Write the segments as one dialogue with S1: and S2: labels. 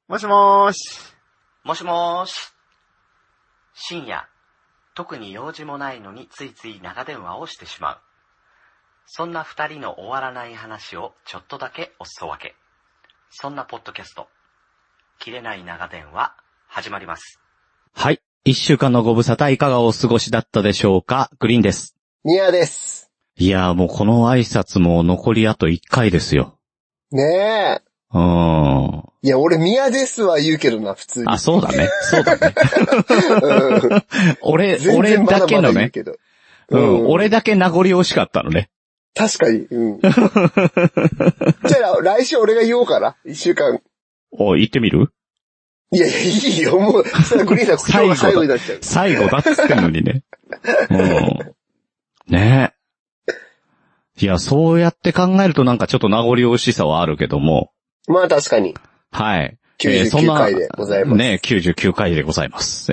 S1: もしもーし。
S2: もしもーし。深夜、特に用事もないのについつい長電話をしてしまう。そんな二人の終わらない話をちょっとだけおすそ分け。そんなポッドキャスト、切れない長電話、始まります。
S3: はい。一週間のご無沙汰いかがお過ごしだったでしょうか。グリーンです。
S1: ミヤです。
S3: いやーもうこの挨拶も残りあと1回ですよ。
S1: ねえ。いや、俺ミヤですは言うけどな、普通に。
S3: あ、そうだね。そうだね。俺だけのね。俺だけ名残惜しかったのね。
S1: 確かに。じゃあ、来週俺が言おうかな。1週間。
S3: 言ってみる？
S1: いやいや、いいよ。もう、それグリーンさん、今日が最後になっちゃう。
S3: 最後だっつってんのにね。ねえ。いや、そうやって考えるとなんかちょっと名残惜しさはあるけども。
S1: まあ確かに。
S3: はい。
S1: 99回でございます。
S3: ね、99回でございます。
S1: はい、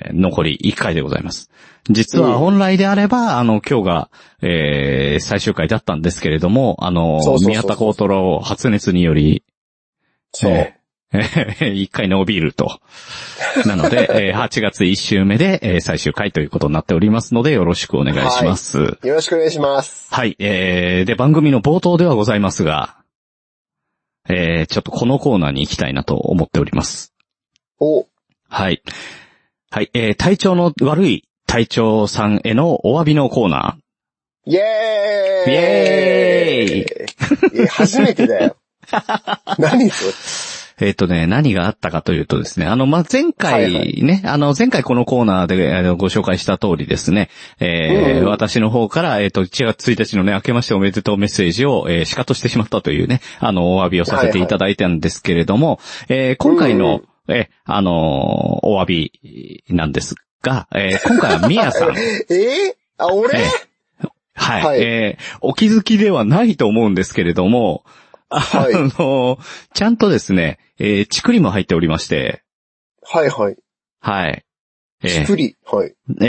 S3: 残り1回でございます。実は本来であれば、今日が、最終回だったんですけれども、宮田幸太郎発熱により、
S1: そう。
S3: 1回伸びると。なので、8月1週目で、最終回ということになっておりますので、よろしくお願いします。
S1: はい、よろしくお願いします。
S3: はい。で、番組の冒頭ではございますが、ちょっとこのコーナーに行きたいなと思っております。
S1: お。
S3: はい。はい。体調の悪い隊長さんへのお詫びのコーナ
S1: ー。イェーイ！
S3: イェーイ！
S1: 初めてだよ。何それ？
S3: 何があったかというとですね、前回ね、前回このコーナーでご紹介した通りですね、私の方から、1月1日のね、明けましておめでとうメッセージを、シカトしてしまったというね、お詫びをさせていただいたんですけれども、今回の、お詫びなんですが、今回はミヤさん。
S1: 俺？
S3: はい。お気づきではないと思うんですけれども、
S1: はい、
S3: ちゃんとですね、チクリも入っておりまして。
S1: はいはい。
S3: はい。
S1: チクリ、はい。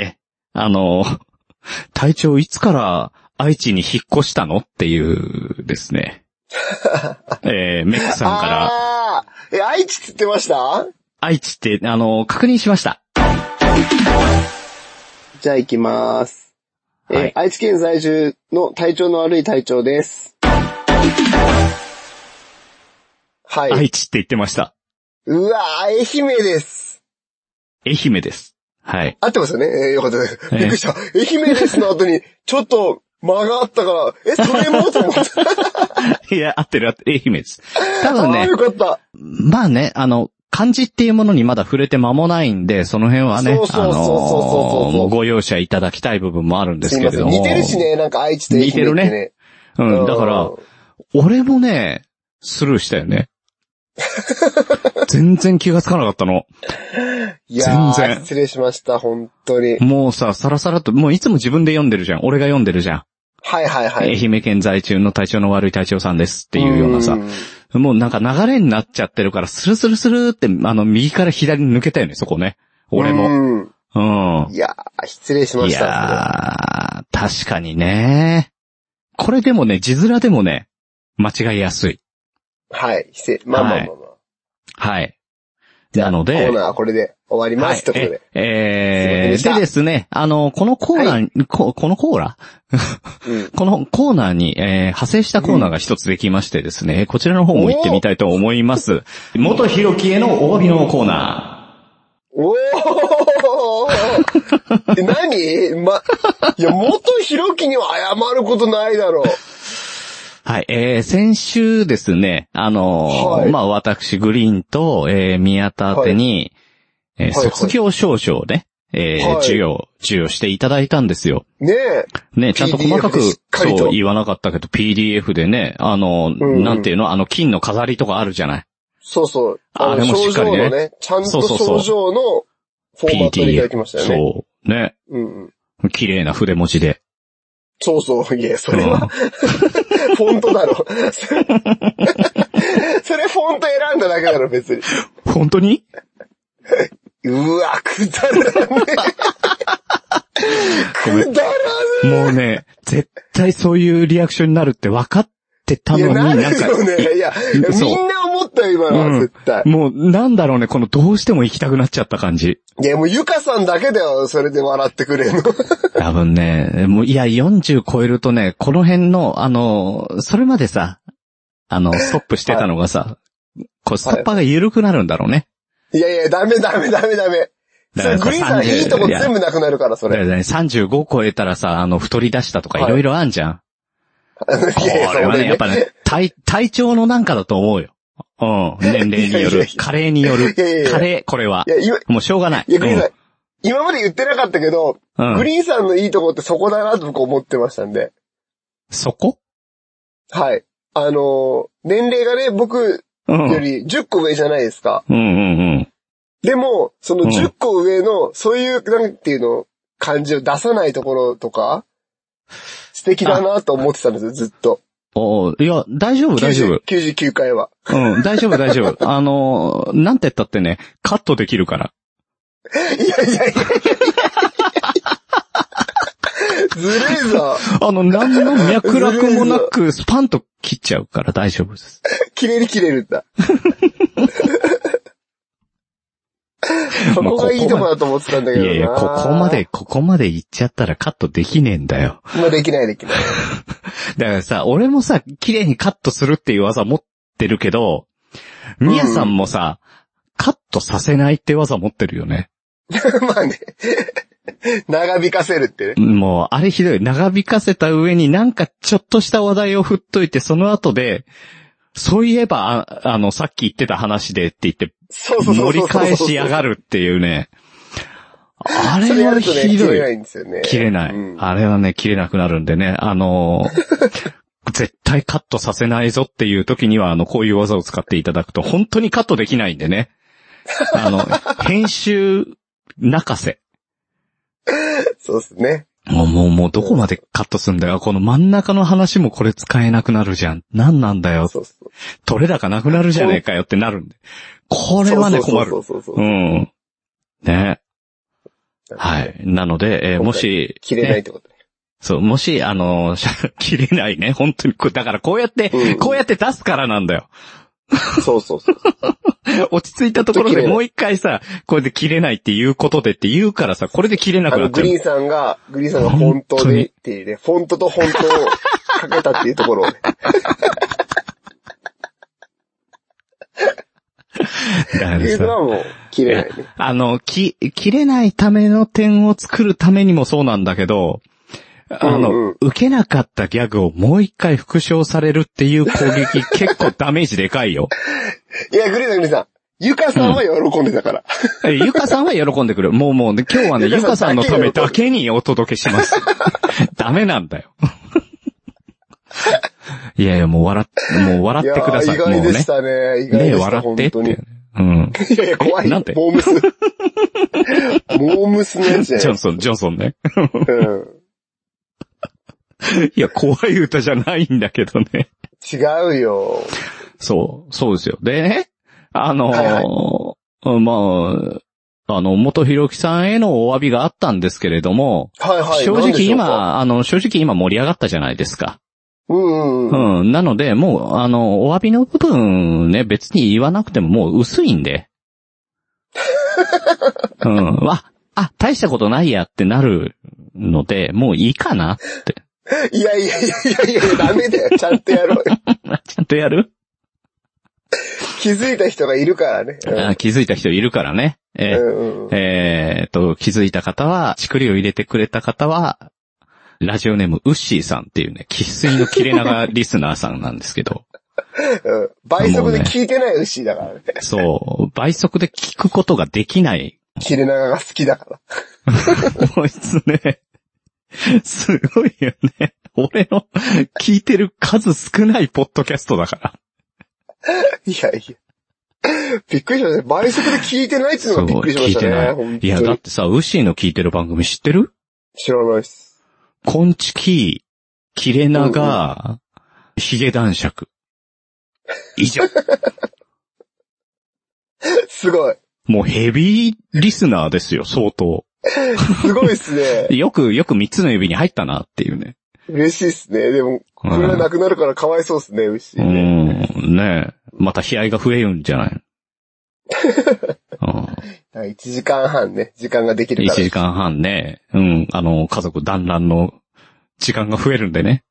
S3: 隊長いつから愛知に引っ越したのっていうですね。メックさんか
S1: ら。愛知って言ってました？
S3: 愛知って、確認しました。
S1: じゃあ行きます。
S3: はい、
S1: 愛知県在住の体調の悪い隊長です。はい。
S3: 愛知って言ってました。
S1: うわぁ、愛媛です。
S3: 愛媛です。はい。
S1: 合ってますよね？よかったです。びっくりした。愛媛ですの後に、ちょっと間があったから、それもと思った。
S3: いや、合ってる、愛媛です。多分ね。
S1: よかった。
S3: まあね、漢字っていうものにまだ触れて間もないんで、その辺はね、ご容赦いただきたい部分もあるんですけれども。
S1: 似てるしね、なんか愛知と愛媛ってね。似てるね。
S3: うん、だから、俺もね、スルーしたよね。全然気がつかなかったの。
S1: いやー、全然。失礼しました、本当に。
S3: もうさ、さらさらと、もういつも自分で読んでるじゃん。俺が読んでるじゃん。
S1: はいはいはい。
S3: 愛媛県在住の体調の悪い隊長さんですっていうようなさ。もうなんか流れになっちゃってるから、スルスルスルって、右から左に抜けたよね、そこね。俺も。
S1: いやー、失礼しました。
S3: いやー、確かにね。これでもね、字面でもね、間違いやすい。
S1: はい、まあ。
S3: はい。なので、
S1: コーナーはこれで終わります、ということで。
S3: でですね、このコーナー、このコーナーこのコーナーに、派生したコーナーが一つできましてですね、こちらの方も行ってみたいと思います。元ひろきへのお詫びのコーナ
S1: ー。おー何いや、元ひろきには謝ることないだろう。
S3: はい、先週ですね、まあ、私、グリーンと、宮田宛てに、卒業証書をね、授与していただいたんですよ。ね、ちゃんと細かく、そう言わなかったけど、PDF でね、なんていうの、金の飾りとかあるじゃない。
S1: そうそう。
S3: あれもしっかりね。
S1: ちゃんと症状のフォーマットでいただきましたよね。
S3: そう。ね。綺麗な筆文字で。
S1: そうそう、いや、それは、フォントだろ。それフォント選んだだけだろ、別に。
S3: 本当に？
S1: うわ、くだらねえ。くだらねえ。
S3: もうね、絶対そういうリアクションになるって分かってたのに、
S1: なんか。いや、みんな思っったよ、今のは絶対。
S3: もう、なんだろうね、このどうしても行きたくなっちゃった感じ。
S1: いや、もうゆかさんだけだよ、それで笑ってくれんの。
S3: 多分ね、もう、いや、40超えるとね、この辺の、それまでさ、ストップしてたのがさ、こう、ストッパーが緩くなるんだろうね。
S1: いやいや、ダメ。それグリーンさんいいとこ全部なくなるから、それ。
S3: だからね、35超えたらさ、太り出したとかいろいろあんじゃん。
S1: いやいや、
S3: これはね、やっぱね、体調のなんかだと思うよ。うん。年齢による。加齢による。加齢、これは。もうしょうがない。
S1: いや、グリーンさん、今まで言ってなかったけど、グリーンさんのいいとこってそこだなと僕思ってましたんで。
S3: そこ？
S1: はい。年齢がね、僕より10個上じゃないですか。でも、その10個上の、そういう、なんていうの、感じを出さないところとか、素敵だなと思ってたんですよ、ずっと。
S3: いや、大丈夫。
S1: 99回は。
S3: 大丈夫。なんて言ったってね、カットできるから。
S1: いや。ずるいぞ。
S3: 何の脈絡もなく、スパンと切っちゃうから大丈夫です。
S1: 切れるんだ。そこがいいとこだと思ってたんだけどな。
S3: いや、ここまで行っちゃったらカットできねえんだよ。
S1: もうできない。
S3: だからさ、俺もさ、綺麗にカットするっていう技持ってるけど、ミヤさんもさ、カットさせないって技持ってるよね。
S1: まあね。長引かせるってね。
S3: もう、あれひどい。長引かせた上になんかちょっとした話題を振っといて、その後で、そういえば、さっき言ってた話でって言って、盛り返しやがるっていうね。あれはひどい。切れ
S1: ないんですよね。
S3: 切れない。あれはね、切れなくなるんでね。絶対カットさせないぞっていう時には、こういう技を使っていただくと、本当にカットできないんでね。編集泣かせ。
S1: そうですね。
S3: もうどこまでカットすんだよ。この真ん中の話もこれ使えなくなるじゃん。何なんだよ。取れ高なくなるじゃねえかよってなるんで。これはね、困る。ね。はい。なので、もし。
S1: 切れないってことね。
S3: そう、もし、切れないね。本当に。だからこうやって出すからなんだよ。
S1: そう。
S3: 落ち着いたところでもう一回さ、これで切れないっていうことでって言うからさ、これで切れなくなっちゃう。
S1: グリーンさんが本当でっていうね、フォントと本当をかけたっていうところをね。
S3: だから
S1: いうのはもう切れないね。
S3: 切れないための点を作るためにもそうなんだけど、受けなかったギャグをもう一回復唱されるっていう攻撃結構ダメージでかいよ。
S1: いや、グリーンさん。ゆかさんは喜んでたから。
S3: ゆかさんは喜んでくる。もう今日はね、ゆかさんのためだけにお届けします。ダメなんだよ。いや、もう笑ってください。
S1: 意外でしたね。意外でした。
S3: 笑ってって。
S1: いや、怖い。
S3: なんて
S1: モームス。モームスのやつじゃない。
S3: ジョンソンね。いや、怖い歌じゃないんだけどね。
S1: 違うよ。
S3: そうですよ。でね、元ひろきさんへのお詫びがあったんですけれども、正直今盛り上がったじゃないですか。なので、もう、お詫びの部分ね、別に言わなくてももう薄いんで。大したことないやってなるので、もういいかなって。
S1: いや、ダメだよ。ちゃんとやろうよ。
S3: ちゃんとやる？
S1: 気づいた人がいるからね。
S3: 気づいた人いるからね。気づいた方は、ちくりを入れてくれた方は、ラジオネームウッシーさんっていうね、生粋の切れ長リスナーさんなんですけど。
S1: 倍速で聞いてないウッシーだからね。
S3: そう、倍速で聞くことができない。
S1: 切れ長が好きだから。
S3: こいつね、すごいよね。俺の聞いてる数少ないポッドキャストだから。
S1: いや。びっくりしましたね。倍速で聞いてないっていうのがびっくりしましたね。聞いてない。
S3: いや、だってさ、ウッシーの聞いてる番組知ってる？
S1: 知らないっす。
S3: コンチキ、切れ長、ヒゲ男爵。以上。
S1: すごい。
S3: もうヘビーリスナーですよ、相当。
S1: すごいっすね。
S3: よく3つの指に入ったなっていうね。
S1: 嬉しいっすね。でも、これがなくなるからかわいそうっすね、牛ね。
S3: ねまた悲哀が増えるんじゃない
S1: 1時間半ね、時間ができるから。
S3: 1時間半ね、家族団らんの時間が増えるんでね。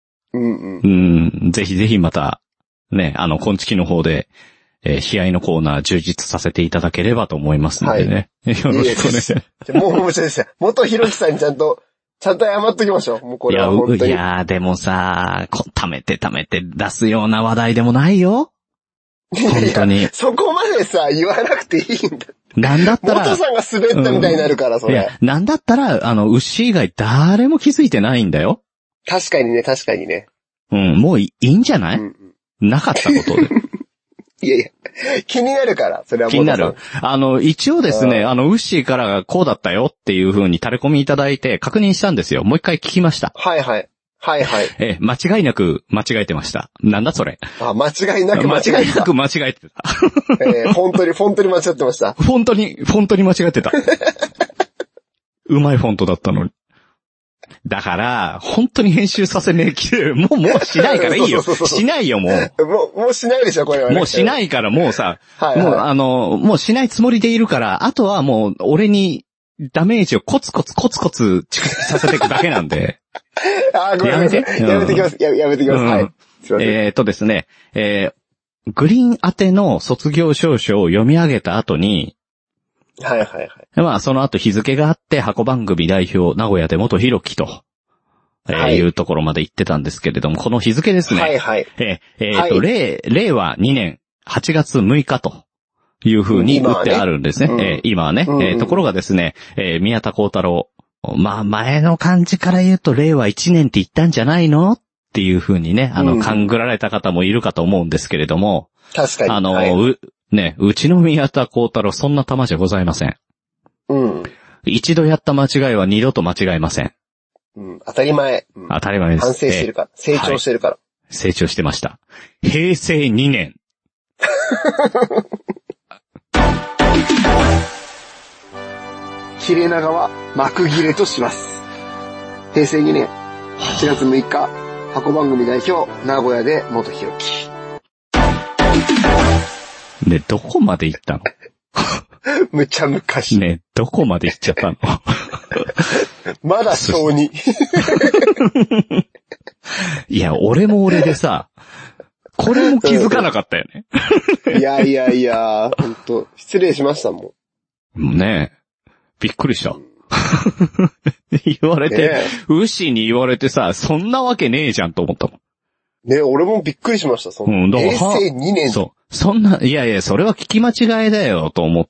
S3: ぜひぜひまた、ね、今月の方で、悲哀のコーナー充実させていただければと思いますのでね。はい、よろしくお願いします。
S1: もう面白いですよ。元ひろきさんにちゃんと謝っときましょう。もうこれは本当に。
S3: いや、でもさ、溜めて出すような話題でもないよ。本当に。
S1: そこまでさ、言わなくていいんだ。
S3: なんだったら。
S1: 元さんが滑ったみたいになるから、それ。いや、
S3: なんだったら、ウッシー以外誰も気づいてないんだよ。
S1: 確かにね。
S3: もういいんじゃない？なかったことで。
S1: いや、気になるから、それは元さん。
S3: 気になる。一応ですね、ウッシーからこうだったよっていう風に垂れ込みいただいて確認したんですよ。もう一回聞きました。
S1: はいはい。
S3: 間違いなく間違えてました。なんだそれ。
S1: 間違いなく間違
S3: えてた。
S1: 本当に間違ってました。
S3: 本当に間違えてた。うまいフォントだったのに。だから、本当に編集させねえきて、もうしないからいいよ。しないよ、もう。
S1: もうしないでしょ、これは、ね。
S3: もうしないからもうさ、もうしないつもりでいるから、あとはもう俺にダメージをコツコツ蓄積させていくだけなんで。
S1: ごめんなさい。やめてきます。やめてきます。はい。
S3: ですね、グリーン宛ての卒業証書を読み上げた後に、まあ、その後日付があって、箱番組代表、名古屋で元ひろきと、いうところまで行ってたんですけれども、この日付ですね。令和2年8月6日という風に打ってあるんですね。今はね。ところがですね、宮田幸太郎、まあ、前の感じから言うと、令和1年って言ったんじゃないのっていう風にね、勘ぐられた方もいるかと思うんですけれども、
S1: 確かに。
S3: うちの宮田幸太郎そんな玉じゃございません。一度やった間違いは二度と間違えません。
S1: 当たり前。
S3: 当たり前です。
S1: 反省してるから。成長してるから。
S3: 成長してました。平成2年。
S1: 切れ長は幕切れとします。平成2年8月6日、箱番組代表、名古屋で元ひろき。
S3: ね、どこまで行ったの？
S1: むちゃ昔。
S3: ね、どこまで行っちゃったの？
S1: まだ小2。
S3: いや、俺も俺でさ、これも気づかなかったよね。
S1: いや、ほんと、失礼しましたも
S3: ん。ねえ、びっくりした。言われて、ウッシーに言われてさ、そんなわけねえじゃんと思ったもん。
S1: ね、俺もびっくりしました、そんな。平成2年。
S3: そう。そんな、いや、それは聞き間違いだよ、と思って。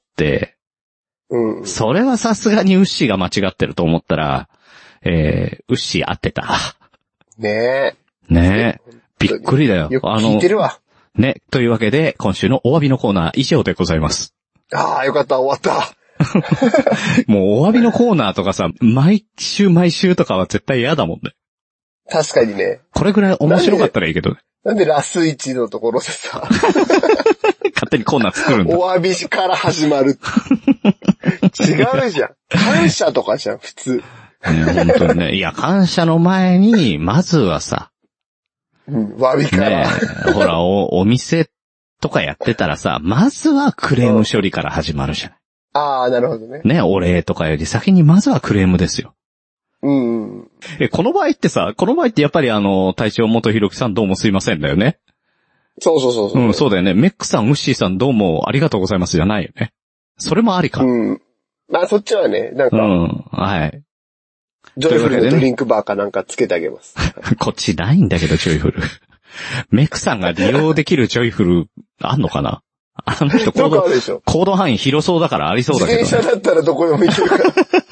S3: それはさすがにウッシーが間違ってると思ったら、ウッシー合ってた。
S1: ね
S3: え。びっくりだよ。
S1: よく聞いてるわ。
S3: ね、というわけで、今週のお詫びのコーナー以上でございます。
S1: ああ、よかった、終わった。
S3: もうお詫びのコーナーとかさ、毎週とかは絶対嫌だもんね。
S1: 確かにね。
S3: これぐらい面白かったらいいけどね。
S1: なんでラス1のところでさ。
S3: 勝手にコーナー作るんだ。
S1: お詫びから始まる。違うじゃん。感謝とかじゃん、普通。
S3: 本当にね。いや、感謝の前に、まずはさ。
S1: 詫びから。
S3: ほら、お店とかやってたらさ、まずはクレーム処理から始まるじゃない。
S1: ああ、なるほどね。
S3: ね、お礼とかより先にまずはクレームですよ。この場合ってやっぱり隊長元ひろきさんどうもすいませんだよね。
S1: そう。
S3: そうだよね。メックさん、ウッシーさんどうもありがとうございますじゃないよね。それもありか。
S1: まあそっちはね、なんか。
S3: はい。
S1: ジョイフルのドリンクバーかなんかつけてあげます。
S3: こっちないんだけど、ジョイフル。メックさんが利用できるジョイフル、あんのかな？あの人行動範囲広そうだからありそうだけど、ね。
S1: 自転車だったらどこでも行けるから。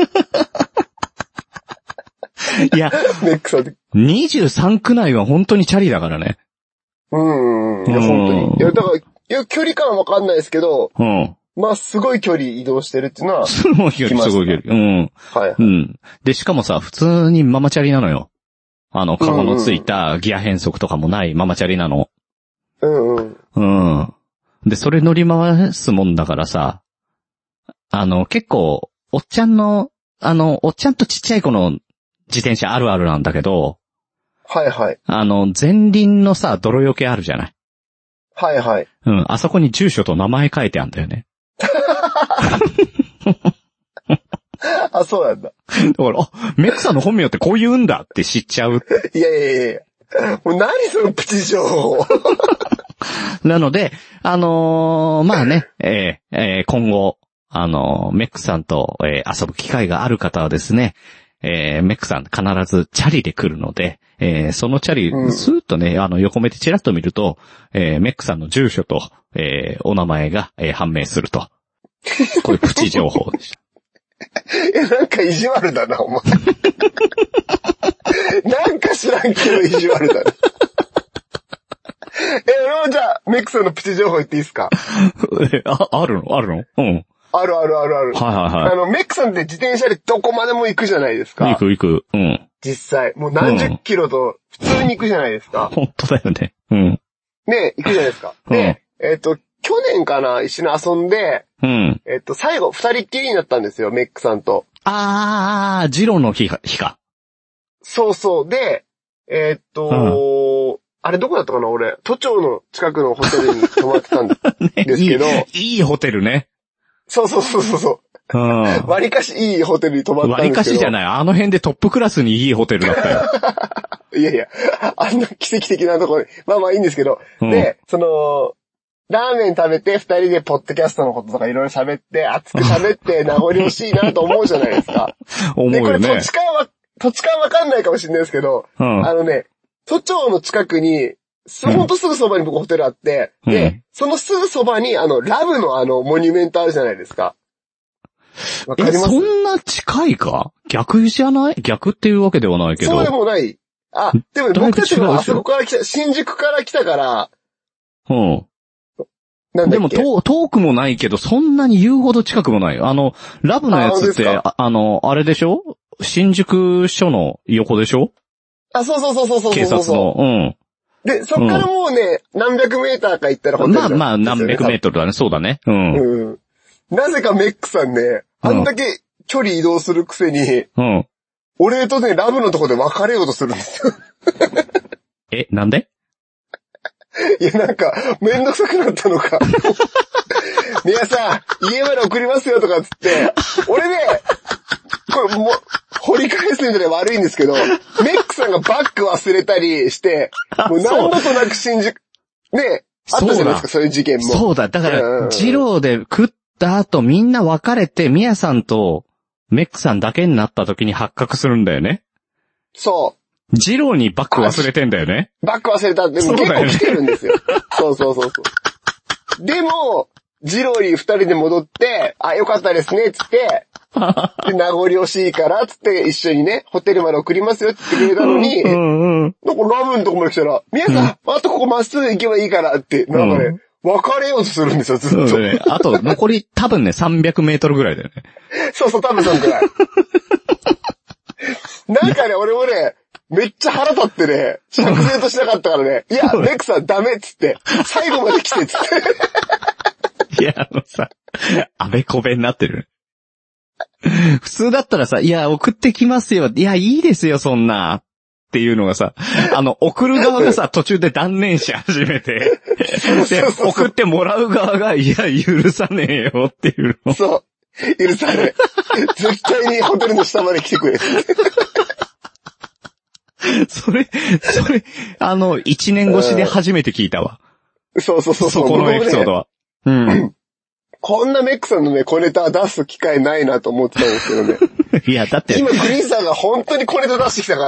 S3: いや、23区内は本当にチャリだからね。
S1: いや、本当に。いや、だから、距離感はわかんないですけど、まあ、すごい距離移動してるっていうのは、
S3: すごい距離。はい。で、しかもさ、普通にママチャリなのよ。カゴのついたギア変速とかもないママチャリなの。で、それ乗り回すもんだからさ、結構、おっちゃんとちっちゃい子の自転車あるあるなんだけど、
S1: はい。
S3: 前輪のさ、泥除けあるじゃない。
S1: はいはい。
S3: うん、あそこに住所と名前書いてあるんだよね。
S1: あ、そうなんだ。
S3: だから、メックさんの本名ってこう言うんだって知っちゃう。
S1: いや。もう何そのプチ情報。
S3: なので、まあね、今後、メックさんと、遊ぶ機会がある方はですね、メックさん必ずチャリで来るので、そのチャリ、スーッとね、横目でチラッと見ると、メックさんの住所と、お名前が、判明すると。こういうプチ情報でした。
S1: なんか意地悪だな、お前。なんか知らんけど意地悪だな。俺もじゃあ、メックさんのプチ情報言っていいですか？
S3: あるのうん。
S1: ある。
S3: はい。
S1: メックさんって自転車でどこまでも行くじゃないですか。
S3: 行く。うん。
S1: 実際。もう何十キロと普通に行くじゃないですか。
S3: 本当だよね。うん。
S1: ね、行くじゃないですか。で、去年かな、一緒に遊んで、
S3: うん。
S1: 最後、二人っきりになったんですよ、メックさんと。
S3: ジロの日か。
S1: そう。で、あれどこだったかな、俺。都庁の近くのホテルに泊まってたんですけど。
S3: いいホテルね。
S1: そう。うん。割かしいいホテルに泊まったんですけど。
S3: 割かしじゃない。あの辺でトップクラスにいいホテルだったよ。
S1: いや、あんな奇跡的なところに。まあいいんですけど。うん、で、ラーメン食べて二人でポッドキャストのこととかいろいろ喋って、熱く喋って名残惜しいなと思うじゃないですか。
S3: 思うよね。
S1: で、これ土地勘わかんないかもしれないですけど、うん、都庁の近くに、ほんとすぐそばに僕ホテルあって、うん、で、そのすぐそばにラブのモニュメントあるじゃないですか。わかります？
S3: そんな近いか？逆じゃない？逆っていうわけではないけど。
S1: そうでもない。あ、でも僕たちもあそこから来た、新宿から来たから、
S3: うん。でも遠くもないけど、そんなに言うほど近くもない。ラブのやつって、あれでしょ？新宿署の横でしょ？
S1: あ、そう。
S3: 警察の。うん。
S1: で、そっからもうね、何百メーターか行ったらホテルなんですよね。
S3: まあ、何百メートルだね。そうだね。うん。
S1: なぜかメックさんね、あんだけ距離移動するくせに、うん。俺とね、ラブのとこで別れようとするんですよ。
S3: なんで？
S1: いや、なんか、めんどくさくなったのか。皆さん、家まで送りますよとかつって、俺ね、これもう、掘り返すんじゃない悪いんですけど、メックさんがバッグ忘れたりして、もう何度となく新宿、ね、あったじゃないですか、そういう事件も。
S3: そうだ、だから、二郎で食った後みんな別れて、ミヤさんとメックさんだけになった時に発覚するんだよね。
S1: そう。
S3: ジローにバッグ忘れてんだよね。
S1: バッグ忘れた。でも結構来てるんですよ。そう。でも、ジローに二人で戻って、あ、よかったですね、つって、で、名残惜しいから、つって一緒にね、ホテルまで送りますよって言ってくれたのに、なんかラブのとこまで来たら、皆さん、あとここまっすぐ行けばいいからって、なんかね、別れようとするんですよ、ずっと。
S3: そうね。あと、残り多分ね、300メートルぐらいだよね。
S1: そう、多分そんくらい。なんかね、俺もね、めっちゃ腹立ってね、釈然としなかったからね、いや、メックさんダメっつって、最後まで来てっつって。
S3: いや、さ、あべこべになってる。普通だったらさ、いや、送ってきますよ。いや、いいですよ、そんな。っていうのがさ、送る側がさ、途中で断念し始めて、で、送ってもらう側が、いや、許さねえよっていうの。
S1: そう。許さねえ。絶対にホテルの下まで来てくれ。
S3: それ、1年越しで初めて聞いたわ。
S1: そう。
S3: そこのエピソードは。うん。
S1: こんなメックさんのね、小ネタ出す機会ないなと思ってたんですけどね。
S3: いや、だって。
S1: 今、クリーンさんが本当に小ネタ出してきたから。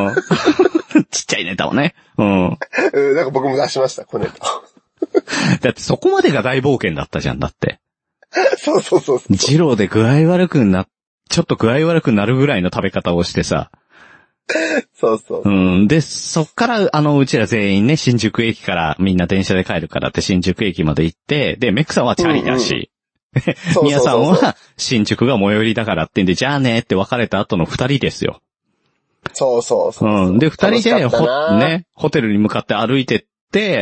S3: うん。ちっちゃいネタをね。うん。
S1: なんか僕も出しました、小ネタ。
S3: だってそこまでが大冒険だったじゃん、だって。
S1: そう。
S3: 二郎でちょっと具合悪くなるぐらいの食べ方をしてさ。
S1: そう。
S3: うん。で、そっから、うちら全員ね、新宿駅からみんな電車で帰るからって新宿駅まで行って、で、メックさんはチャリだし、ミヤさんは新宿が最寄りだからってんで、じゃあねって別れた後の二人ですよ。
S1: そう。
S3: うん。で、二人で、ホテルに向かって歩いてって、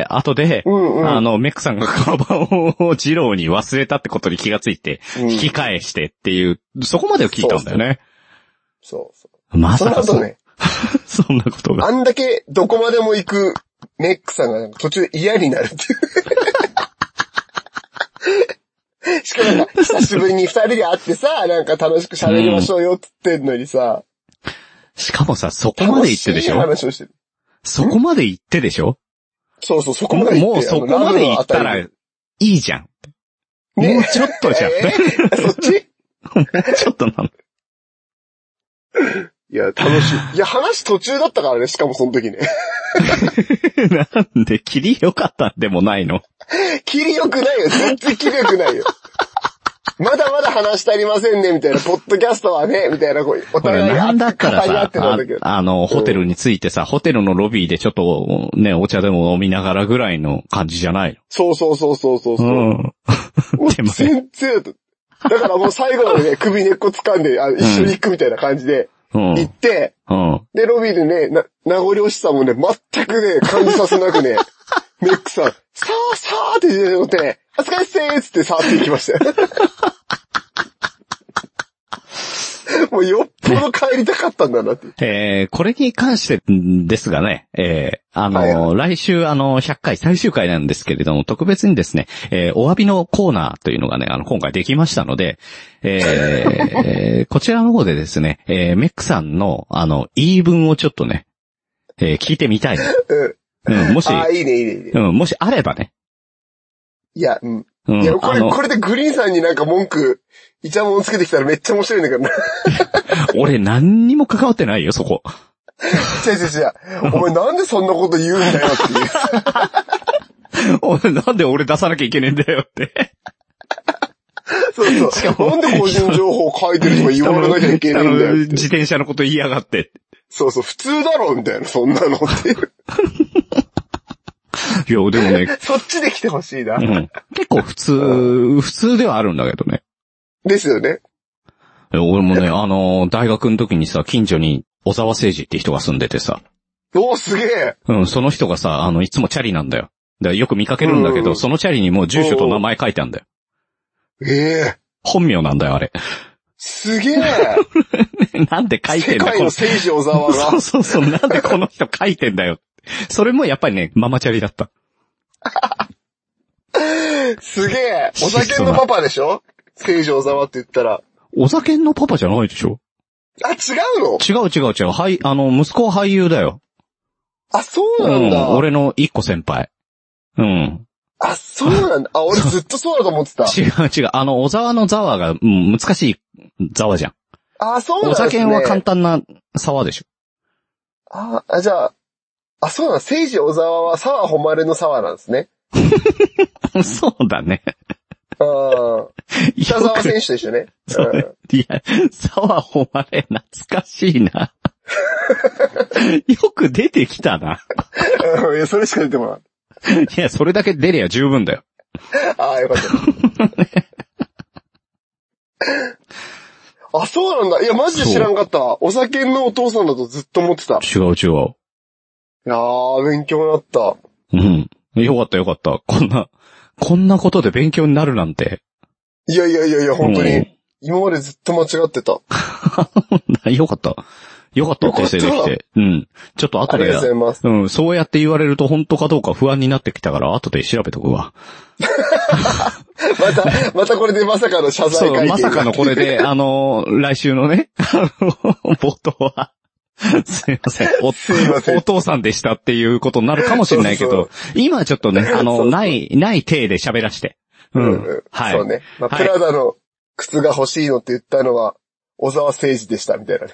S3: 後で、メックさんがカバンを二郎に忘れたってことに気がついて、引き返してっていう、そこまでを聞いたんだよね。
S1: そう。
S3: まさか
S1: そんなことね。
S3: そんなことが。
S1: あんだけどこまでも行くメックさんがなんか途中で嫌になるっていう。しかもなんか、久しぶりに二人で会ってさ、なんか楽しく喋りましょうよって言ってんのにさ。
S3: しかもさ、そこまで言ってでしょ？
S1: 話をしてる。
S3: そこまで言ってでしょ？
S1: そうそう、そこまで言って。
S3: もうそこまで言ったらいいじゃん。ね、もうちょっとじゃん。
S1: そっち
S3: ちょっとなの。
S1: いや、楽しい。いや、話途中だったからね、しかもその時ね。
S3: なんで、切り良かったんでもないの？
S1: 切り良くないよ。全然切り良くないよ。まだまだ話してありませんね、みたいな、ポッドキャストはね、みたいな、お互いに
S3: なんだったらさ、ホテルに着いてさ、ホテルのロビーでちょっとね、お茶でも飲みながらぐらいの感じじゃないの？
S1: そう。全然だからもう最後までね、首根っこ掴んで、一緒に行くみたいな感じで、行って、で、ロビーでね、名残惜しさもね、全くね、感じさせなくね、メックさん、さーって自転車乗ってね、お疲れっせーっつってさーって行きましたよ。もうよっぽど帰りたかったんだなって。
S3: これに関してですがね、来週100回最終回なんですけれども、特別にですね、お詫びのコーナーというのがね、今回できましたので、こちらの方でですね、メックさんの、言い分をちょっとね、聞いてみたいな。もし、
S1: いいね。
S3: もしあればね。
S1: いや、いや、これでグリーンさんになんか文句、イチャモンつけてきたらめっちゃ面白いんだけどな。
S3: 俺何にも関わってないよ、そこ。
S1: 違う。お前なんでそんなこと言うんだよっていう。
S3: なんで俺出さなきゃいけねえんだよって。
S1: そう。しかもなんで個人情報書いてるとか言われなきゃいけないんだよ。
S3: 自転車のこと言いやがって。
S1: そう、普通だろ、みたいな、そんなのっていう。
S3: いや、でもね。
S1: そっちで来てほしいな。
S3: 結構普通ではあるんだけどね。
S1: ですよね。
S3: 俺もね、大学の時にさ、近所に小沢誠二って人が住んでてさ。
S1: おー、すげえ。
S3: その人がさ、いつもチャリなんだよ。だからよく見かけるんだけど、そのチャリにもう住所と名前書いてあるんだよ。本名なんだよ、あれ。
S1: すげえ。
S3: なんで書いてんだよ。
S1: 世界の誠治小沢が。
S3: そう、なんでこの人書いてんだよ。それもやっぱりね、ママチャリだった。
S1: すげえ。お酒のパパでしょ？誠治小沢って言ったら。
S3: お酒のパパじゃないでしょ？
S1: あ、違うの？
S3: 違う。はい、息子は俳優だよ。
S1: あ、そうなんだ。
S3: 俺の一個先輩。
S1: あ、そうなんだ。俺ずっとそうだと思ってた。
S3: 違う。小沢の沢が、難しい沢じゃん。
S1: あ、そうなんですね。
S3: お酒は簡単な沢でし
S1: ょ。じゃあ、そうなんだ。誠治小沢は沢誉の沢なんですね。
S3: そうだね。
S1: 北沢選手でしたね。
S3: いや、沢誉懐かしいな。よく出てきたな。
S1: いや、それしか出てもらう。
S3: いや、それだけ出りゃ十分だよ。
S1: よかった。そうなんだ。いや、マジで知らんかった。お酒のお父さんだとずっと思ってた。
S3: 違う。
S1: 勉強になった。
S3: よかった。こんなことで勉強になるなんて。
S1: いや、本当に。今までずっと間違ってた。
S3: よかった。訂正できて。ちょっと後で。
S1: ありがとうございます。
S3: そうやって言われると本当かどうか不安になってきたから後で調べとくわ。
S1: またこれでまさかの謝罪会見。
S3: まさかのこれで、来週のね、冒頭は、すいません。お父さんでしたっていうことになるかもしれないけど、今ちょっとね、ない体で喋らして。はい。そうね。
S1: プラダの靴が欲しいのって言ったのは、小沢誠二でした、みたいなね。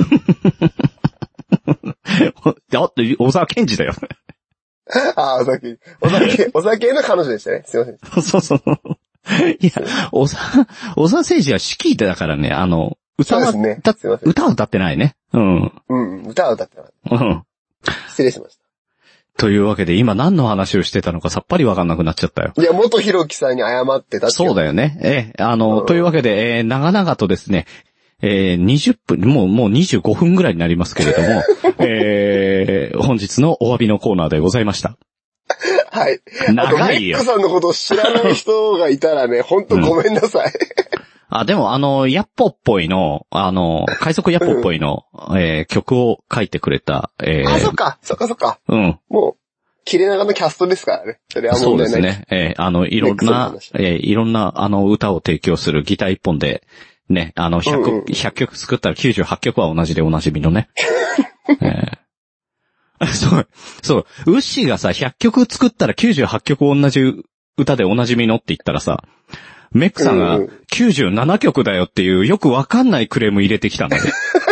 S3: だって小沢健二だよ。
S1: 小沢健二。小沢健の彼女でしたね。すいません。
S3: そう。いや、小沢誠二は指揮だからね、歌は歌ってないね。
S1: 歌は歌ってない。失礼しました。
S3: というわけで、今何の話をしてたのかさっぱりわかんなくなっちゃったよ。
S1: いや、元ひろきさんに謝ってたって。
S3: そうだよね。というわけで、長々とですね、20分、もう25分ぐらいになりますけれども、本日のお詫びのコーナーでございました。
S1: はい。
S3: 長いよ。
S1: メックさんのことを知らない人がいたらね、ほんとごめんなさい。
S3: でもヤッポっぽいの、海賊ヤッポっぽいの、曲を書いてくれた、
S1: そっか。
S3: も
S1: う、 切れ長のキャストですからね。それは
S3: そうで
S1: 問題ない。
S3: すね。いろんな、歌を提供するギター一本で、ね、100曲作ったら98曲は同じでおなじみのね。そう、ウッシーがさ、100曲作ったら98曲同じ歌でおなじみのって言ったらさ、メックさんが97曲だよっていうよくわかんないクレーム入れてきたんだね。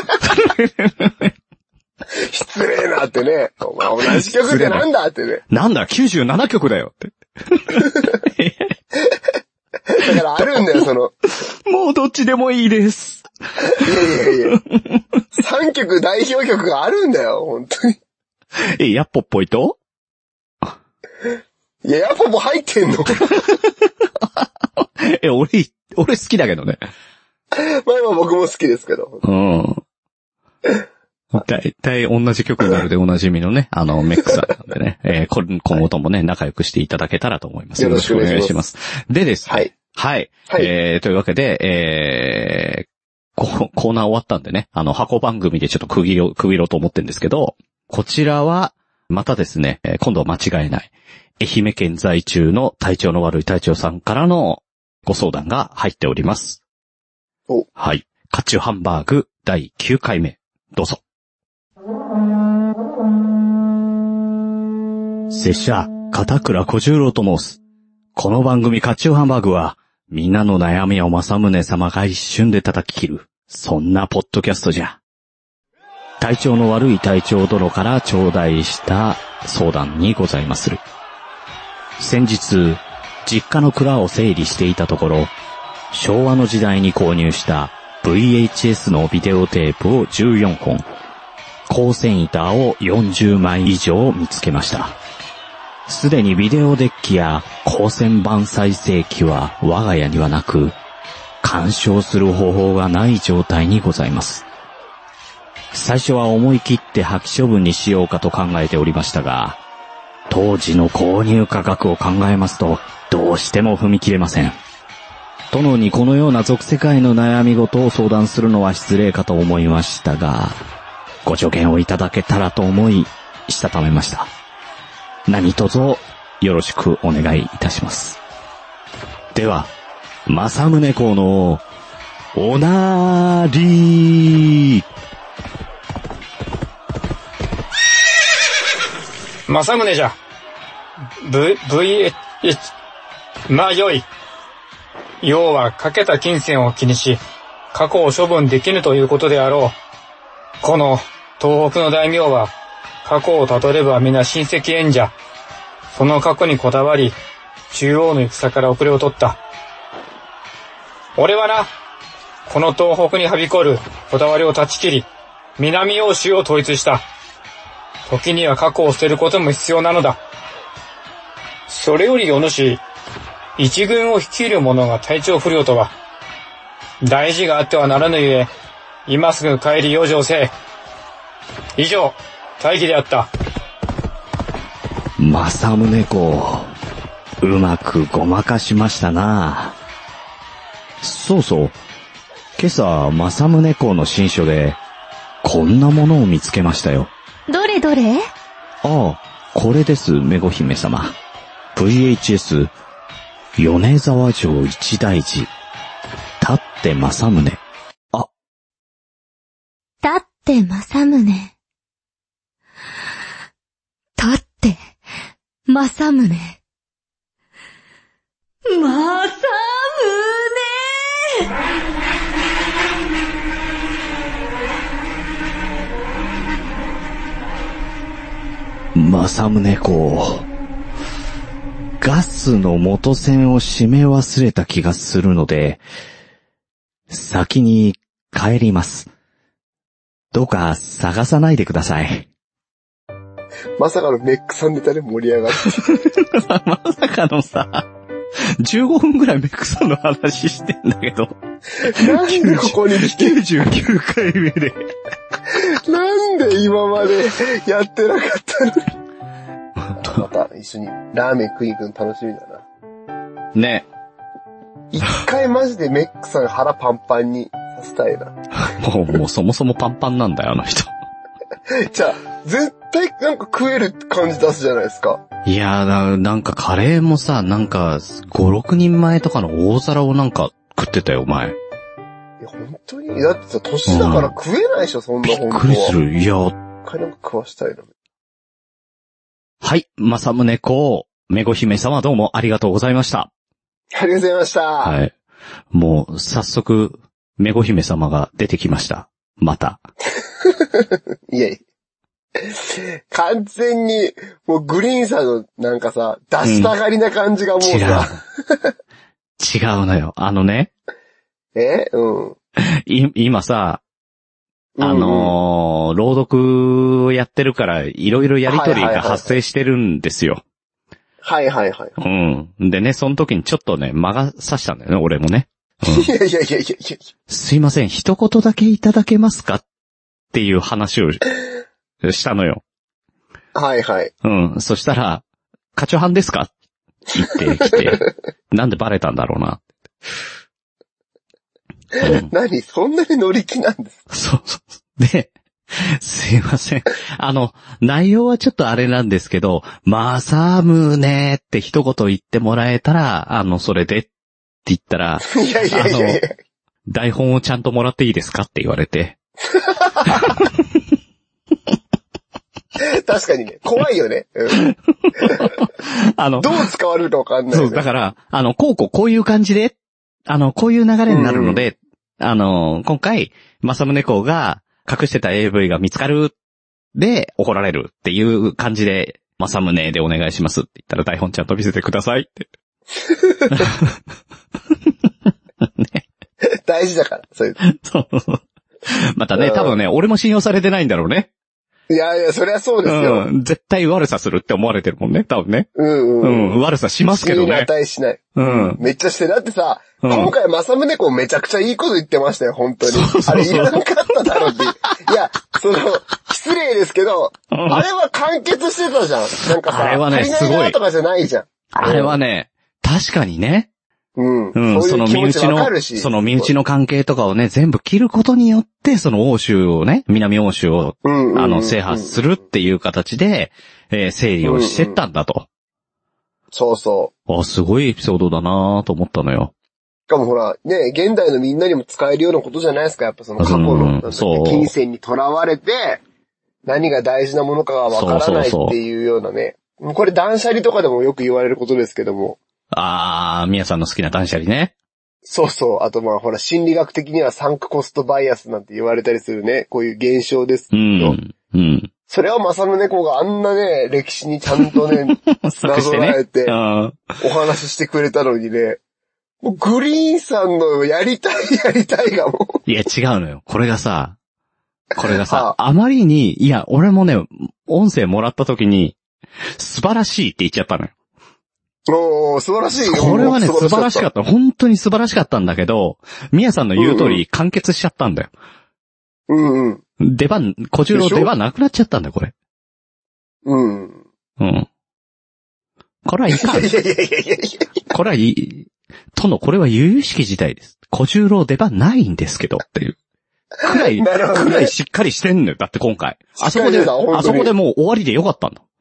S1: 失礼なってね。お前同じ曲ってなんだってね。
S3: なんだ、97曲だよって。
S1: だからあるんだよ、
S3: もうどっちでもいいです。
S1: いや。3曲代表曲があるんだよ、本当に。
S3: ヤッポっぽいと？
S1: いや、ヤッポも入ってんの。
S3: 俺好きだけどね。
S1: まあ僕も好きですけど。
S3: うん。大体同じ曲になるでおなじみのね、メックさんなんでね、今後ともね、仲良くしていただけたらと思います。よろしくお願いします。でですね。はい。というわけで、コーナー終わったんでね、箱番組でちょっと区切ろうと思ってるんですけど、こちらは、またですね、今度は間違いない。愛媛県在住の体調の悪い隊長さんからのご相談が入っております。はい。カチュハンバーグ第9回目。どうぞ。拙者、片倉小十郎と申す。この番組カチュハンバーグは、みんなの悩みを正宗様が一瞬で叩き切る。そんなポッドキャストじゃ。体調の悪い隊長殿から頂戴した相談にございまする。先日、実家の蔵を整理していたところ、昭和の時代に購入した VHS のビデオテープを14本、光線板を40枚以上見つけました。すでにビデオデッキや光線板再生機は我が家にはなく、鑑賞する方法がない状態にございます。最初は思い切って破棄処分にしようかと考えておりましたが、当時の購入価格を考えますと、どうしても踏み切れません。殿にこのような俗世界の悩み事を相談するのは失礼かと思いましたが、ご助言をいただけたらと思い、したためました。何卒よろしくお願いいたします。では、正宗公のおなーりー。
S4: 正宗じゃ。VH、まあよい。要はかけた金銭を気にし、過去を処分できぬということであろう。この東北の大名は、過去をたどれば皆親戚縁者。その過去にこだわり、中央の戦から遅れを取った。俺はな、この東北にはびこるこだわりを断ち切り、南欧州を統一した。時には過去を捨てることも必要なのだ。それよりお主、一軍を率いる者が体調不良とは、大事があってはならぬゆえ、今すぐ帰り養生せえ。以上、大義であった。
S3: 正宗公、うまくごまかしましたな。そうそう、今朝正宗公の新書で、こんなものを見つけましたよ。
S5: どれどれ？
S3: ああ、これです、めご姫様。VHS、米沢城一大寺。たって正宗。あ。
S5: たって正宗。たって正宗。正宗！
S3: 正宗公、ガスの元栓を閉め忘れた気がするので、先に帰ります。どうか探さないでください。
S1: まさかのメックさんネタで盛り上がる。
S3: まさかのさ、15分ぐらいメックさんの話してんだけど。
S1: なんでここに来て
S3: 99回目で。
S1: なんで今までやってなかったのに。また一緒にラーメン食いに行くの楽しみだな。
S3: ね。
S1: 一回マジでメックさん腹パンパンにさせたいな。
S3: もうそもそもパンパンなんだよ、あの人。
S1: じゃあ、絶対なんか食える感じ出すじゃないですか。
S3: いやー、なんかカレーもさ、なんか5、6人前とかの大皿をなんか食ってたよ、お前。
S1: いや、本当にだってさ、年だから食えないでしょ、そんな本当は。
S3: びっくりする。いや、
S1: 一回なんか食わしたいな。
S3: はい、正宗公、めご姫様どうもありがとうございました。
S1: ありがとうございました。
S3: はい。もう、早速、めご姫様が出てきました。また。
S1: いやいや。完全に、もうグリーンさんのなんかさ、出したがりな感じがもうさ。
S3: 違うのよ。
S1: うん。
S3: 今さ、朗読をやってるから、いろいろやりとりが発生してるんですよ。
S1: はいはいはい。
S3: うん。でね、その時にちょっとね、間が差したんだよね、俺もね。
S1: いやいやいやいやいや。
S3: すいません、一言だけいただけますかっていう話をしたのよ。
S1: はいはい。
S3: うん。そしたら、課長班ですか言ってきて、なんでバレたんだろうな。
S1: 何そんなに乗り気なんですか？
S3: そう。で、すいません。内容はちょっとあれなんですけど、まさむねって一言言ってもらえたら、それでって言ったら、
S1: いやいやいやいや。
S3: 台本をちゃんともらっていいですかって言われて。
S1: 確かにね、怖いよね。うん、どう使われるかわかんない、ね。
S3: そう、だから、こういう感じで、こういう流れになるので、今回、正宗公が隠してた AV が見つかるで怒られるっていう感じで、正宗でお願いしますって言ったら台本ちゃんと見せてくださいって。
S1: ね、大事だから、そういう。
S3: そう。またね、多分ね、俺も信用されてないんだろうね。
S1: いやいや、そりゃそうですよ。
S3: うん。絶対悪さするって思われてるもんね、多分ね。
S1: うん。
S3: 悪さしますけどね。
S1: 値しない。
S3: うん。
S1: めっちゃして、だってさ、今回正宗公めちゃくちゃいいこと言ってましたよ、本当に。あれいらなかっただろうって。いや、失礼ですけど、あれは完結してたじゃん。なんかさ、
S3: あれはね、すごい。
S1: とかじゃないじゃん。
S3: あれはね、確かにね。その身内の関係とかをね、全部切ることによって、その欧州をね、南欧州を、制覇するっていう形で、整理をしてったんだと。
S1: そうそう。
S3: すごいエピソードだなぁと思ったのよ。
S1: しかもほら、ね、現代のみんなにも使えるようなことじゃないですか、やっぱその過去の、金銭にとらわれて、何が大事なものかがわからないっていうようなね。これ断捨離とかでもよく言われることですけども。
S3: みやさんの好きな断捨離ね。
S1: そうそう。あとほら、心理学的にはサンクコストバイアスなんて言われたりするね、こういう現象ですけど。それは正宗公があんなね、歴史にちゃんとね、なぞらえて、お話ししてくれたのにね、もうグリーンさんのやりたいがもう。
S3: いや、違うのよ。これがさ、あまりに、いや、俺もね、音声もらった時に、素晴らしいって言っちゃったのよ。
S1: 素晴らしいよ。
S3: これはね、素晴らしかった。本当に素晴らしかったんだけど、みやさんの言う通り完結しちゃったんだよ。小十郎出番なくなっちゃったんだよ、これ。これはいかん。これはいい。殿、これは由々しき事態です。小十郎出番ないんですけど、っていう。くらいしっかりしてんのよ。だって今回。あそこでもう終わりでよかったんだ。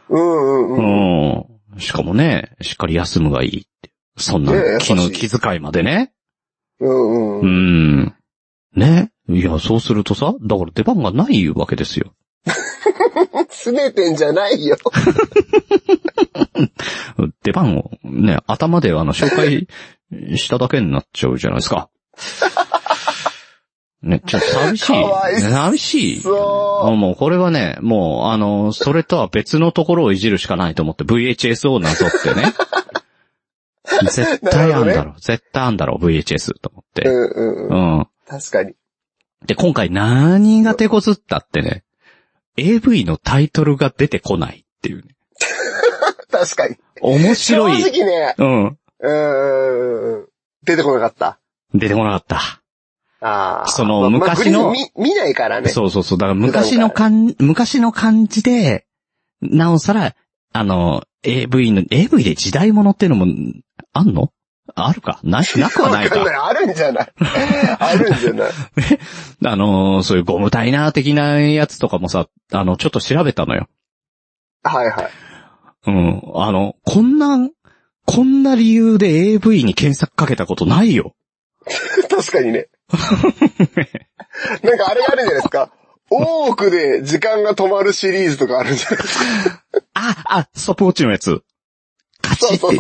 S3: しかもね、しっかり休むがいいって。そんな気遣いまでね。ね。いや、そうするとさ、だから出番がないわけですよ。
S1: 拗ねてんじゃないよ。
S3: 出番をね、頭で紹介しただけになっちゃうじゃないですか。ね、ちょっと寂しい。寂しい。もうこれはね、もうそれとは別のところをいじるしかないと思って VHS をなぞってね。絶対あんだろ、絶対あんだろ、VHS と思って。
S1: 確かに。
S3: で、今回何が手こずったってね、AV のタイトルが出てこないっていうね。
S1: 確かに。
S3: 面白い。
S1: 正直ね。出てこなかった。
S3: 出てこなかった。その昔の、
S1: 見ないからね。
S3: そう。だから昔の感じで、なおさら、AV で時代物っていうのも、あんのあるかなくはないか。
S1: わかんない。あるんじゃないあるんじゃない
S3: そういうゴムタイナー的なやつとかもさ、ちょっと調べたのよ。
S1: はいはい。
S3: うん。こんな理由で AV に検索かけたことないよ。
S1: 確かにね。なんかあれあるんじゃないですか。大奥で時間が止まるシリーズとかあるんじゃないですか。
S3: ストップウォッチのやつ。カチッて。
S1: そう。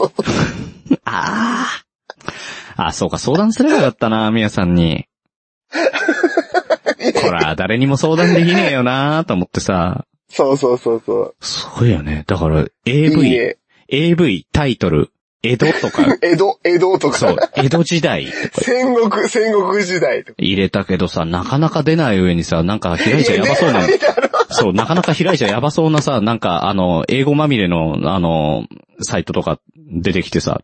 S3: そうか、相談すればよかったな、みやさんに。ほら、誰にも相談できねえよなと思ってさ。
S1: そう。
S3: そうよね。だから、AV タイトル、江戸とか。
S1: 江戸とか。
S3: そう、江戸時代とか。
S1: 戦国時代とか。
S3: 入れたけどさ、なかなか出ない上にさ、なんか開いちゃやばそうな。そう、なかなか開いちゃやばそうなさ、なんか英語まみれの、サイトとか出てきてさ。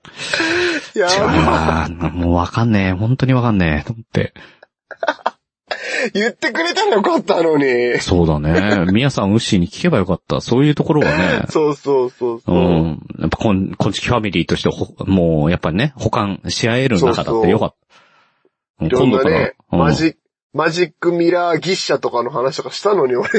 S3: もうわかんねえ。本当にわかんねえ。と思って。
S1: 言ってくれたらよかったのに。
S3: そうだね。みやさん、ウッシーに聞けばよかった。そういうところはね。
S1: そう。
S3: うん。やっぱ、こんちきファミリーとしてもう、やっぱりね、補完し合える中だってよかった。
S1: いろんなね、マジックミラーギッシャとかの話とかしたのに、俺。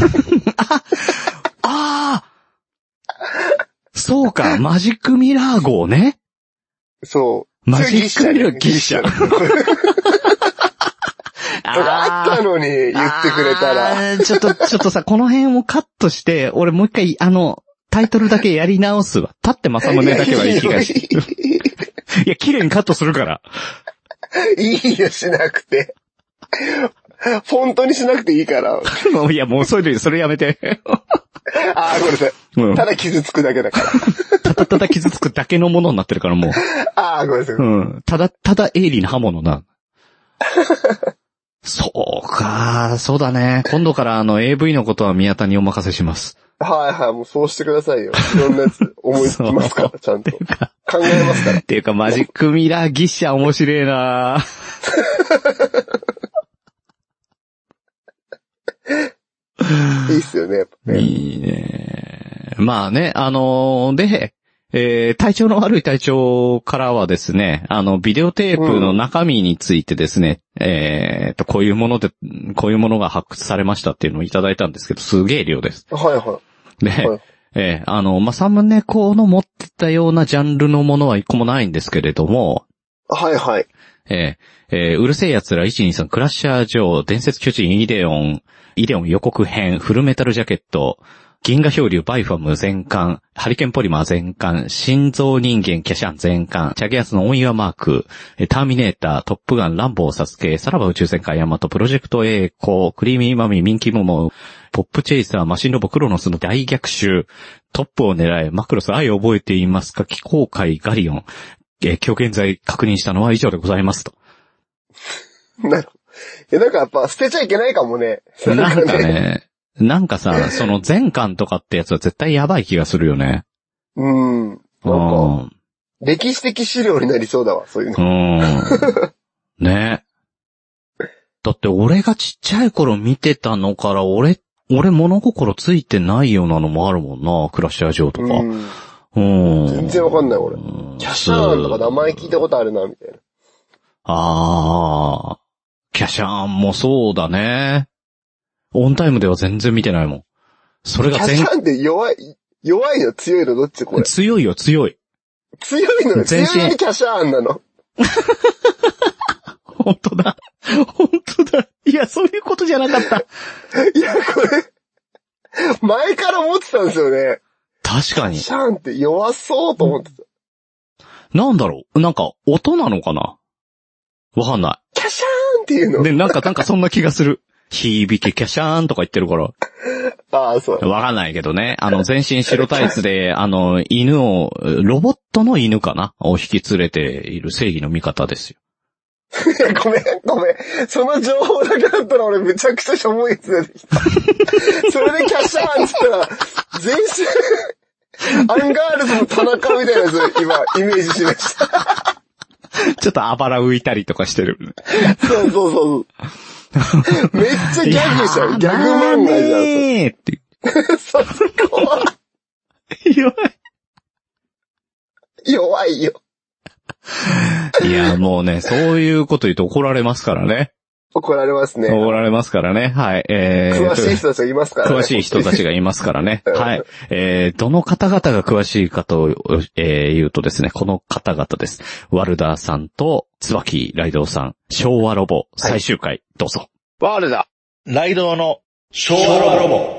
S3: そうか、マジックミラー号ね。
S1: そう。
S3: マジックミラーギッシャ。
S1: あったのに言ってくれたら。
S3: ちょっとさ、この辺をカットして、俺もう一回タイトルだけやり直すわ。立って正宗だけはいい気がし。いや、綺麗にカットするから。
S1: いいよ、しなくて。フォントにしなくていいから。
S3: いや、もうそれやめて。
S1: ごめんなさい。ただ傷つくだけだから。
S3: ただ傷つくだけのものになってるからもう。
S1: ごめんなさい。
S3: うん。ただ鋭利な刃物な。そうか、そうだね。今度からAV のことは宮田にお任せします。
S1: はい、もうそうしてくださいよ。いろんなやつ思いつきますから、ちゃんと。考えますから。
S3: っていうか、マジックミラーギッシャ面白いな
S1: いいっすよね、やっぱね。
S3: いいね。まあね、体調の悪い体調からはですね、ビデオテープの中身についてですね、こういうものが発掘されましたっていうのをいただいたんですけど、すげえ量です。
S1: はい。
S3: で、サムネコの持ってたようなジャンルのものは一個もないんですけれども、
S1: はい。
S3: うるせえ奴ら123クラッシャージョー、伝説巨人イデオン予告編、フルメタルジャケット、銀河漂流バイファム全巻、ハリケーンポリマー全巻、心臓人間キャシャン全巻、チャゲアスのオンイヤーマーク、ターミネーター、トップガン、ランボー、サスケ、さらば宇宙戦艦ヤマト、プロジェクト A コ、クリーミーマミー、ミンキモモ、ポップチェイサー、マシンロボクロノスの大逆襲、トップを狙え、マクロス愛を覚えていますか、機構界ガリオン、今日現在確認したのは以上でございますと。
S1: なるほど。なんかやっぱ捨てちゃいけないかもね。
S3: なんかね、なんかさ、その前巻とかってやつは絶対やばい気がするよね。
S1: なんか、歴史的資料になりそうだわ、そういう
S3: の。ね。だって俺がちっちゃい頃見てたのから、俺物心ついてないようなのもあるもんな、クラッシャージョーとか。
S1: 全然わかんない、俺。キャシャーンとか名前聞いたことあるな、みたいな。
S3: キャシャーンもそうだね。オンタイムでは全然見てないもん。それが
S1: キャシャーンって弱いの強いのどっちこれ。
S3: 強いよ、強い。
S1: 強いの強いのキャシャーンなの。
S3: 本当だ。いや、そういうことじゃなかった。
S1: いや、これ、前から思ってたんですよね。
S3: 確かに。
S1: キャシャーンって弱そうと思ってた。
S3: なんだろう、なんか、音なのかなわかんない。
S1: キャシャーンっていうの
S3: で、なんかそんな気がする。響けキャシャーンとか言ってるから。
S1: そう。
S3: わかんないけどね。全身白タイツで、犬を、ロボットの犬かなを引き連れている正義の味方ですよ。
S1: いや、ごめん。その情報だけだったら俺めちゃくちゃしょぼいやつ出てきた。それでキャシャーンって言ったら、全身、アンガールズの田中みたいなやつ今、イメージしました。
S3: ちょっとあばら浮いたりとかしてる。
S1: そう。めっちゃギャグじゃん。ギャグ漫画じゃん。
S3: って
S1: そこは。
S3: 弱い
S1: よ。
S3: いや、もうね、そういうこと言うと怒られますからね。
S1: 怒られますね。
S3: 怒られますからね。はい。
S1: 詳しい人たちがいますからね。
S3: 詳しい人たちがいますからね。はい。どの方々が詳しいかと、言うとですね、この方々です。ワルダーさんと、椿ライドウさん、昭和ロボ、最終回、どうぞ。
S6: ワルダー、ライドウの昭和ロボ。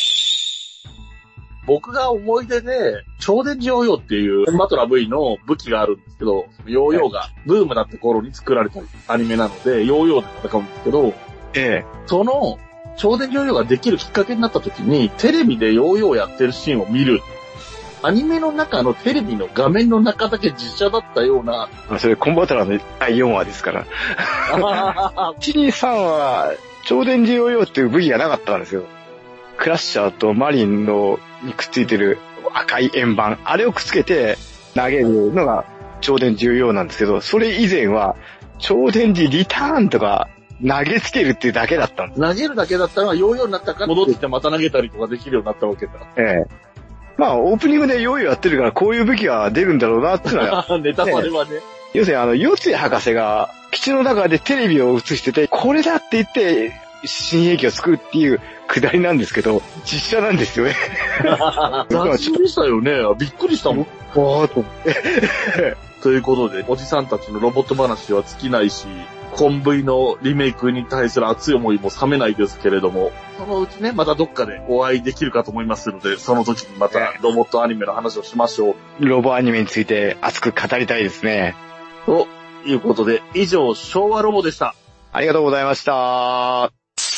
S6: 僕が思い出で、超電磁ヨーヨーっていうマトラ V の武器があるんですけど、ヨーヨーがブームだった頃に作られたアニメなので、ヨーヨーで戦うんですけど、その超電磁ヨーヨーができるきっかけになった時に、テレビでヨーヨーやってるシーンを見る。アニメの中のテレビの画面の中だけ実写だったような。
S7: それコンバトラーの第4話ですから。1、2、3は超電磁ヨーヨーっていう武器がなかったんですよ。クラッシャーとマリンのにくっついてる赤い円盤、あれをくっつけて投げるのが超電磁ヨーヨーなんですけど、それ以前は超電磁リターンとか投げつけるっていうだけだったんです。
S6: 投げるだけだったのがヨーヨーになったから戻ってきてまた投げたりとかできるようになったわけだ。
S7: まあオープニングでヨーヨーやってるからこういう武器が出るんだろうなっていうのは、
S6: ネタバレはね。
S7: 要するに四谷博士が基地の中でテレビを映してて、これだって言って新兵器を作るっていうくだりなんですけど、実写なんですよね。
S6: 斬新でしたよね。びっくりしたもん。
S7: わーっと思って。
S6: ということで、おじさんたちのロボット話は尽きないし、コン V のリメイクに対する熱い思いも冷めないですけれども、そのうちね、またどっかでお会いできるかと思いますので、その時にまたロボットアニメの話をしましょ
S7: う。ロボアニメについて熱く語りたいですね。
S6: ということで、以上、昭和ロボでした。
S7: ありがとうございました。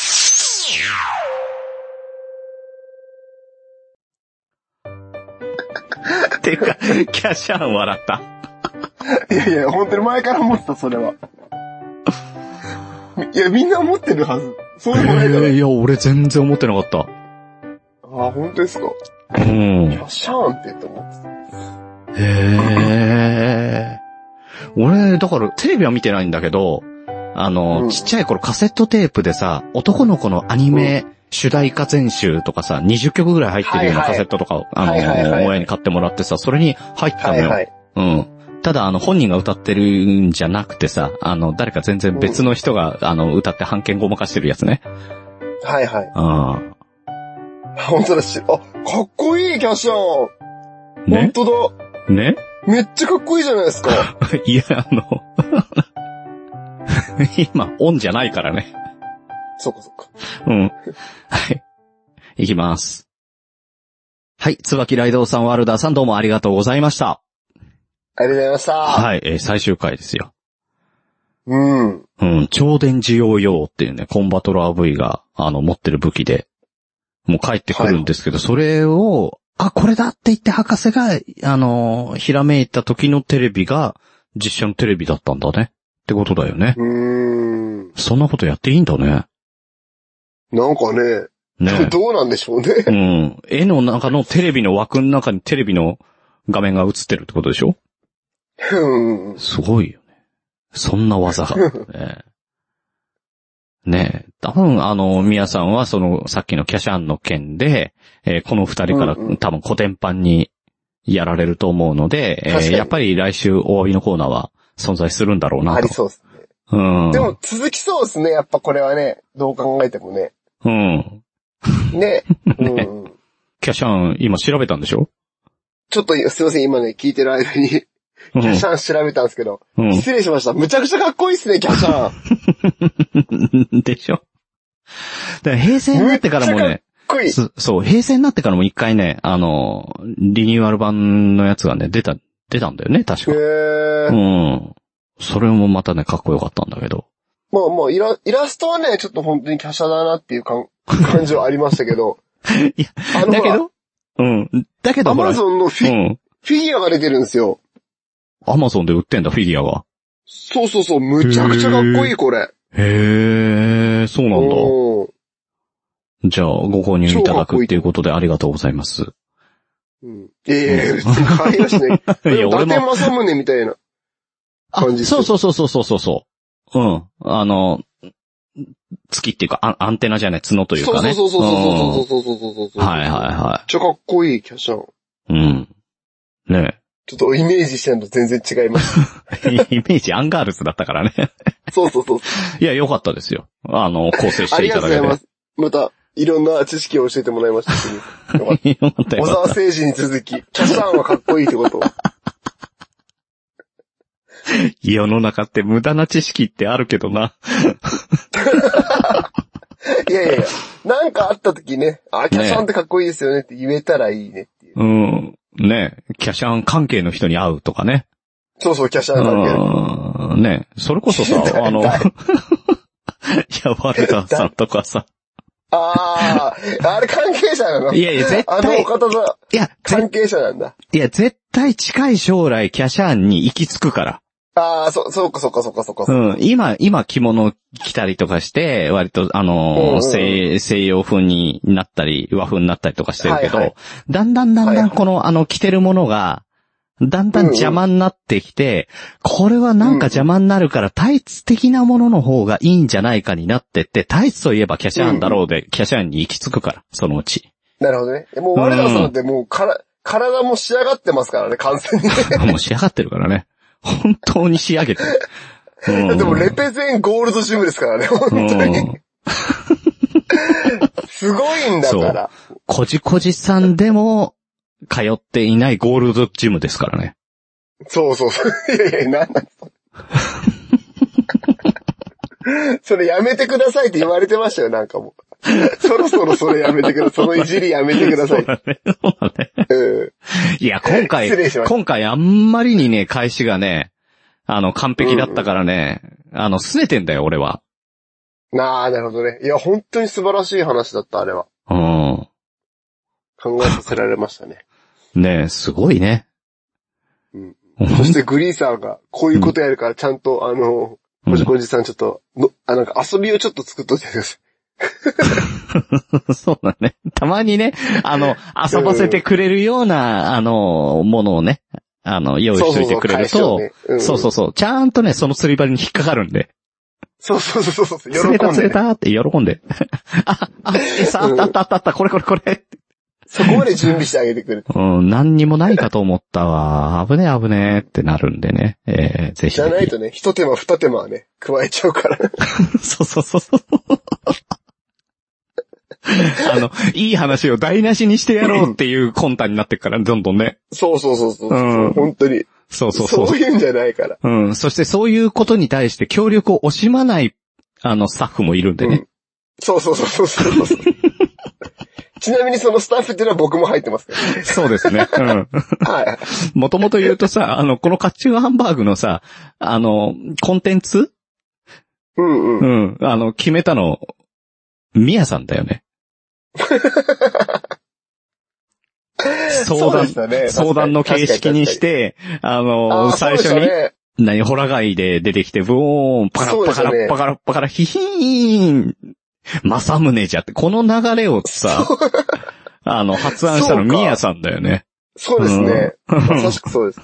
S3: てか、キャシャン笑った。
S1: いやいや、本当に前から思ってた、それは。いや、みんな思ってるはず。そうでもないだろ。
S3: いや、俺全然思ってなかった。
S1: あ、本当ですか。
S3: うん。キ
S1: ャシャーンって思ってた。
S3: へー。俺、だからテレビは見てないんだけど、ちっちゃい頃カセットテープでさ、男の子のアニメ、主題歌全集とかさ、20曲ぐらい入ってるようなカセットとかを、親に買ってもらってさ、それに入ったのよ。うん。ただ、本人が歌ってるんじゃなくてさ、誰か全然別の人が、歌って半券ごまかしてるやつね。
S1: はいはい。本当だし、かっこいいキャシャーン。ね、本当だ。
S3: ね
S1: めっちゃかっこいいじゃないですか。
S3: いや、今、オンじゃないからね。
S1: そっかそっか。
S3: うん。はい。いきます。はい。椿ライドウさん、ワルダーさん、どうもありがとうございました。
S1: ありがとうございました。
S3: はい。最終回ですよ。
S1: うん。
S3: うん。超電磁ヨーヨーっていうね、コンバトラー V が、持ってる武器で、もう帰ってくるんですけど、それを、これだって言って博士が、ひらめいた時のテレビが、実写のテレビだったんだね。ってことだよね。そんなことやっていいんだね。
S1: なんかね。どうなんでしょうね。
S3: うん。絵の中のテレビの枠の中にテレビの画面が映ってるってことでしょ？すごいよね。そんな技が。ねえ。多分宮さんはさっきのキャシャンの件で、この二人から多分古典版にやられると思うので、やっぱり来週お詫びのコーナーは存在するんだろうなと。
S1: ありそうですね。うん。でも続きそうですね。やっぱこれはね、どう考えてもね。
S3: うん。
S1: ね。うん。
S3: キャシャン今調べたんでしょ？
S1: ちょっとすいません、今ね、聞いてる間に、キャシャン調べたんですけど、失礼しました。むちゃくちゃかっこいいっすね、キャシャ
S3: ン。でしょ？だから平成になってからもね、そう、平成になってからも一回ね、リニューアル版のやつがね、出たんだよね、確か。うん。それもまたね、かっこよかったんだけど。
S1: まあ、イラストはね、ちょっと本当に華奢だなっていう感じはありましたけど。
S3: いや、だけどうん。だけど
S1: アマゾンのフィギュアが出てるんですよ。
S3: アマゾンで売ってんだ、フィギュアが。
S1: そう。むちゃくちゃかっこいい、これ。
S3: へー、そうなんだ。じゃあ、ご購入いただくっていうことでありがとうございます。
S1: うん。別に可愛いらしね。いや、俺も。伊達政宗みたいな感じ。
S3: そう。うん。月っていうか、アンテナじゃない、角というかね。
S1: そう。
S3: はい。
S1: めっちゃかっこいいキャシャン。
S3: うん。ね
S1: ちょっとイメージしてるのと全然違います。
S3: イメージアンガールズだったからね。
S1: そう。
S3: いや、良かったですよ。構成していただけて。ありがとうございます。
S1: また、いろんな知識を教えてもらいました。よかった。小沢誠二に続き、キャシャンはかっこいいってことを。
S3: 世の中って無駄な知識ってあるけどな。
S1: いや。なんかあった時ね、キャシャンってかっこいいですよねって言えたらいいねっていう。
S3: ね、キャシャン関係の人に会うとかね。
S1: そう、キャシャン関
S3: 係。ね、それこそさ、悪田さんとかさ。
S1: あれ関係者なの？
S3: いや、絶対。
S1: 方が、関係者なんだ。
S3: いや、絶対近い将来キャシャンに行き着くから。
S1: そうか。
S3: 今着物着たりとかして、割と西洋風になったり、和風になったりとかしてるけど、だんだんこの着てるものが、だんだん邪魔になってきて、これはなんか邪魔になるからタイツ的なものの方がいいんじゃないかになってって、タイツといえばキャシャンだろうで、キャシャンに行き着くから、そのうち。
S1: なるほどね。もう我らさんってもう体も仕上がってますからね、完全に。
S3: もう仕上がってるからね。本当に仕上げてる。
S1: でもレペゼンゴールドジムですからね、本当に。すごいんだから。
S3: こじこじさんでも通っていないゴールドジムですからね。
S1: そう。いや、なんなんそれやめてくださいって言われてましたよ、なんかもう。そろそろそれやめてください。そのいじりやめてください。そうだね。
S3: いや、今回あんまりにね、返しがね、完璧だったからね、拗ねてんだよ、俺は。
S1: なるほどね。いや、本当に素晴らしい話だった、あれは。考えさせられましたね。
S3: ねえ、すごいね。
S1: そしてグリーサーがこういうことやるからちゃんとこじこじさんちょっと、なんか遊びをちょっと作っといてください。
S3: そうだね。たまにね、遊ばせてくれるような、ものをね、用意しといてくれると、そう、ちゃんとね、その釣り針に引っかかるんで。
S1: そう。
S3: 釣れたって喜んで。餌あった、これ。
S1: そこまで準備してあげてくれて。
S3: 何にもないかと思ったわ。危ねえってなるんでね。ぜひ。
S1: じゃないとね、一手間二手間はね、加えちゃうから。
S3: そう。いい話を台無しにしてやろうっていう魂胆になってくから、どんどんね。
S1: そう。本当に。
S3: そう。
S1: そういうんじゃないから。
S3: そしてそういうことに対して協力を惜しまない、スタッフもいるんでね。
S1: そう。ちなみにそのスタッフっていうのは僕も入ってますからね。
S3: そうですね。
S1: はい。
S3: もともと言うとさ、このカッチューハンバーグのさ、コンテンツ決めたの、ミヤさんだよね。相談の形式にして、最初に、ホラガイで出てきて、ブーン、パカラ、ヒヒーン、正宗じゃって、この流れをさ、発案したのミヤさんだよね。
S1: そうですね。まさしくそうです。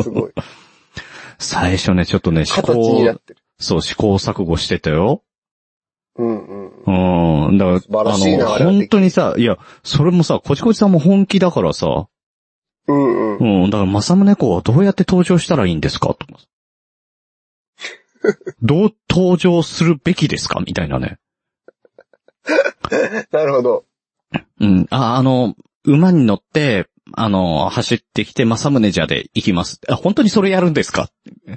S1: すごい。
S3: 最初ね、ちょっとね、試行錯誤してたよ。だから、本当にさ、いや、それもさ、こじこじさんも本気だからさ、だから、正宗公はどうやって登場したらいいんですかと。どう登場するべきですかみたいなね。
S1: なるほど。
S3: 馬に乗って、走ってきて、正宗じゃで行きます。本当にそれやるんですか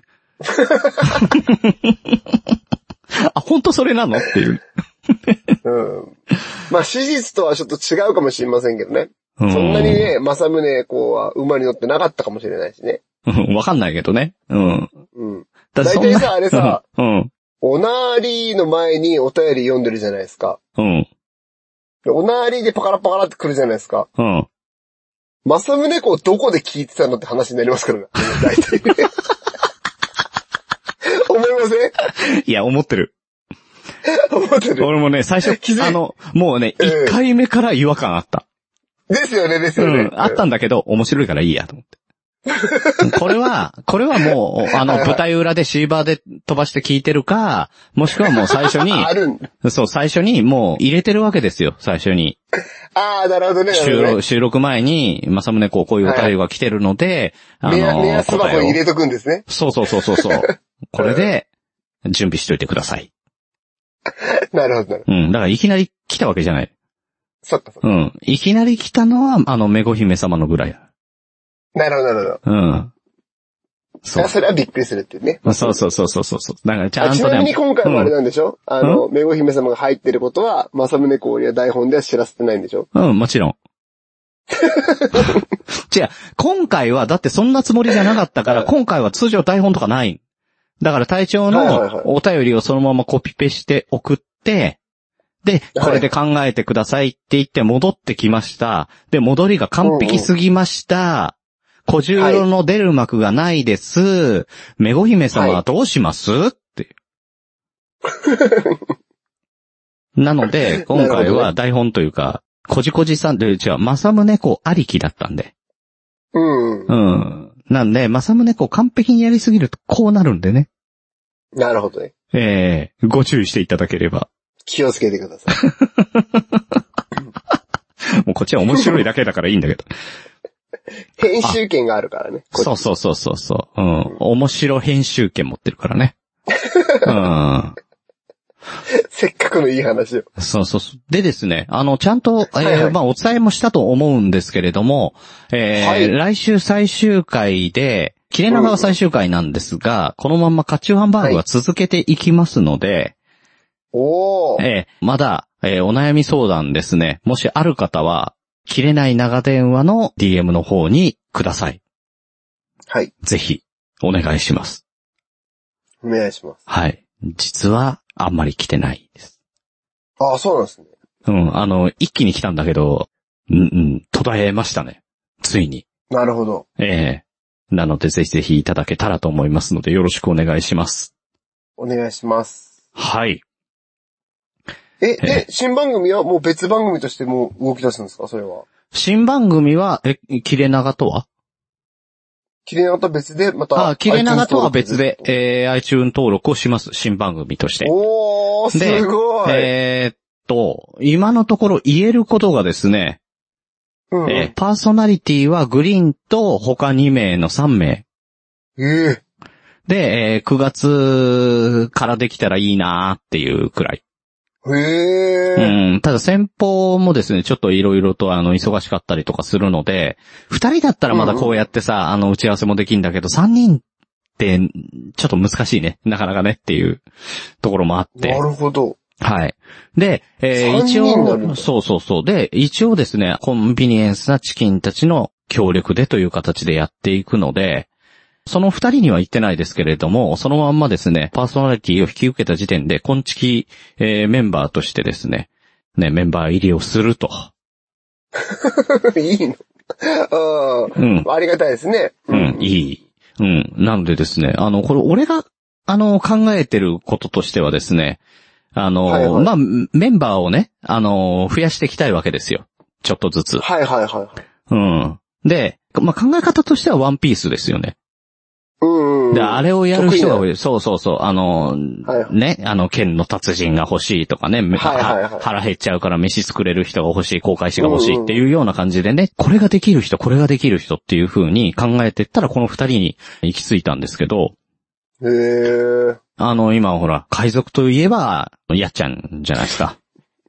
S3: 本当それなのっていう。
S1: まあ、史実とはちょっと違うかもしれませんけどね。そんなにね、正宗公は馬に乗ってなかったかもしれないしね。
S3: わかんないけどね。
S1: だいたいさ、あれさ、おなーりの前にお便り読んでるじゃないですか。おなーりでパカラって来るじゃないですか。正宗公どこで聞いてたのって話になりますからね。大体ね。思いません？
S3: いや、思ってる。俺もね、最初、もうね、1回目から違和感あった。
S1: ですよね。
S3: あったんだけど、面白いからいいやと思って。 これはもう、舞台裏でシーバーで飛ばして聞いてるか、もしくはもう最初に、最初にもう入れてるわけですよ、最初に。
S1: ああ、なるほどね。
S3: 収録前に、正宗こういうお便りが来てるので、
S1: 目安箱に入れとくんですね。
S3: そう。これで、準備しといてください。
S1: なるほど。
S3: うん、だからいきなり来たわけじゃない。
S1: そっか。
S3: うん。いきなり来たのは、めご姫様のぐらい。
S1: なるほど。
S3: うん。
S1: そう。それはびっくりするっていうね。
S3: そう。だからちゃんとね。
S1: ちなみに今回もあれなんでしょ？めご姫様が入ってることは、正宗公や台本では知らせてないんでしょ？
S3: うん、もちろん。違う、今回はだってそんなつもりじゃなかったから、今回は通常台本とかない。だから隊長のお便りをそのままコピペして送って、で、これで考えてくださいって言って戻ってきました。で、戻りが完璧すぎました。小十郎の出る幕がないです。めご姫様はどうします、って。なので、今回は台本というか、こじこじさんで、正宗公ありきだったんで。なんで、正宗公完璧にやりすぎるとこうなるんでね。
S1: なるほどね。
S3: ご注意していただければ。
S1: 気をつけてください。
S3: もうこっちは面白いだけだからいいんだけど。
S1: 編集権があるからね。
S3: そう。うん。面白編集権持ってるからね。うん。
S1: せっかくのいい話を。
S3: そう。でですね、ちゃんと、お伝えもしたと思うんですけれども、来週最終回で、切れ長は最終回なんですが、このまんまカチューハンバーグは続けていきますので、まだ、お悩み相談ですね。もしある方は、切れない長電話の DM の方にください。
S1: はい。
S3: ぜひ、お願いします。
S1: お願いします。
S3: はい。実は、あんまり来てないです。
S1: ああ、そうなんですね。
S3: うん、一気に来たんだけど、途絶えましたね。ついに。
S1: なるほど。
S3: なので、ぜひぜひいただけたらと思いますので、よろしくお願いします。
S1: お願いします。
S3: はい。
S1: で、新番組はもう別番組としてもう動き出すんですか、それは。
S3: 新番組は、切れ長とは
S1: 切れ長とは別で、また。
S3: 切れ長とは別で、iTunes 登録をします。新番組として。
S1: おー、すご
S3: い。今のところ言えることがですね、パーソナリティはグリーンと他2名の3名。で、9月からできたらいいなーっていうくらい。ただ先方もですね、ちょっといろいろと忙しかったりとかするので、2人だったらまだこうやってさ、打ち合わせもできんだけど、3人ってちょっと難しいね。なかなかねっていうところもあって。
S1: なるほど。
S3: はい。で、一応、そう。で、一応ですね、コンビニエンスなチキンたちの協力でという形でやっていくので、その二人には言ってないですけれども、そのまんまですね、パーソナリティを引き受けた時点で、コンチキ、メンバーとしてですね、メンバー入りをすると。
S1: いいの？ありがたいですね。
S3: いい。なのでですね、これ俺が、考えてることとしてはですね、メンバーをね、増やしていきたいわけですよ。ちょっとずつ。で、考え方としてはワンピースですよね。で、あれをやる人が多い。そう。ね、剣の達人が欲しいとかね、腹減っちゃうから飯作れる人が欲しい、航海士が欲しいっていうような感じでね、これができる人っていう風に考えてったらこの二人に行き着いたんですけど、今ほら、海賊といえば、やっちゃんじゃないですか。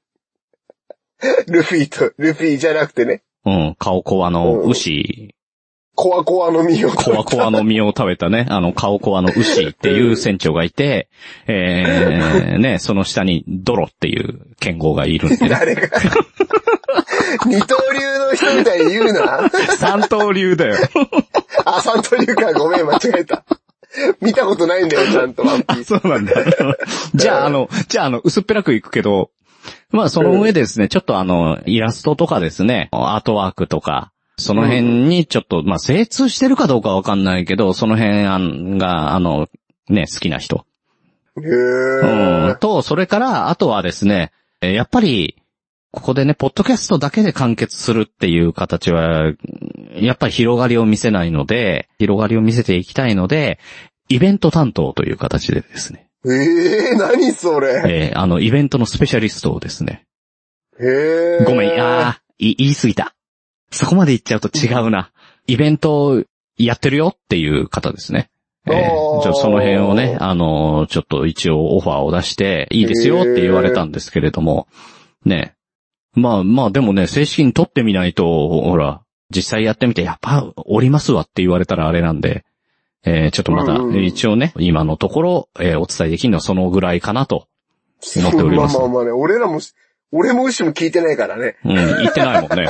S1: ルフィじゃなくてね。
S3: 顔コアの牛。
S1: コアコアの実を
S3: 食べたね、顔コアの牛っていう船長がいて、ね、その下にドロっていう剣豪がいるんで、ね。
S1: 誰か。二刀流の人みたいに言うな。
S3: 三刀流だよ。
S1: 三刀流か、ごめん、間違えた。見たことないんだよ、ちゃんとワンピース。
S3: そうなんだ。じゃあ、薄っぺらくいくけど、その上ですね、ちょっとイラストとかですね、アートワークとか、その辺にちょっと、精通してるかどうかわかんないけど、その辺が、ね、好きな人。と、それから、あとはですね、やっぱり、 ここでね、ポッドキャストだけで完結するっていう形は、やっぱり広がりを見せないので、広がりを見せていきたいので、イベント担当という形でですね。
S1: 何それ。
S3: イベントのスペシャリストをですね。ごめん、言い過ぎた。そこまで言っちゃうと違うな。イベントやってるよっていう方ですね。その辺をね、ちょっと一応オファーを出して、いいですよって言われたんですけれども、ね。まあでもね、正式に取ってみないと、ほら、実際やってみて、やっぱ、おりますわって言われたらあれなんで、ちょっとまだ、一応ね、今のところ、お伝えできるのはそのぐらいかなと、思っております。
S1: まあね、俺も牛も聞いてないからね。
S3: 言ってないもんね。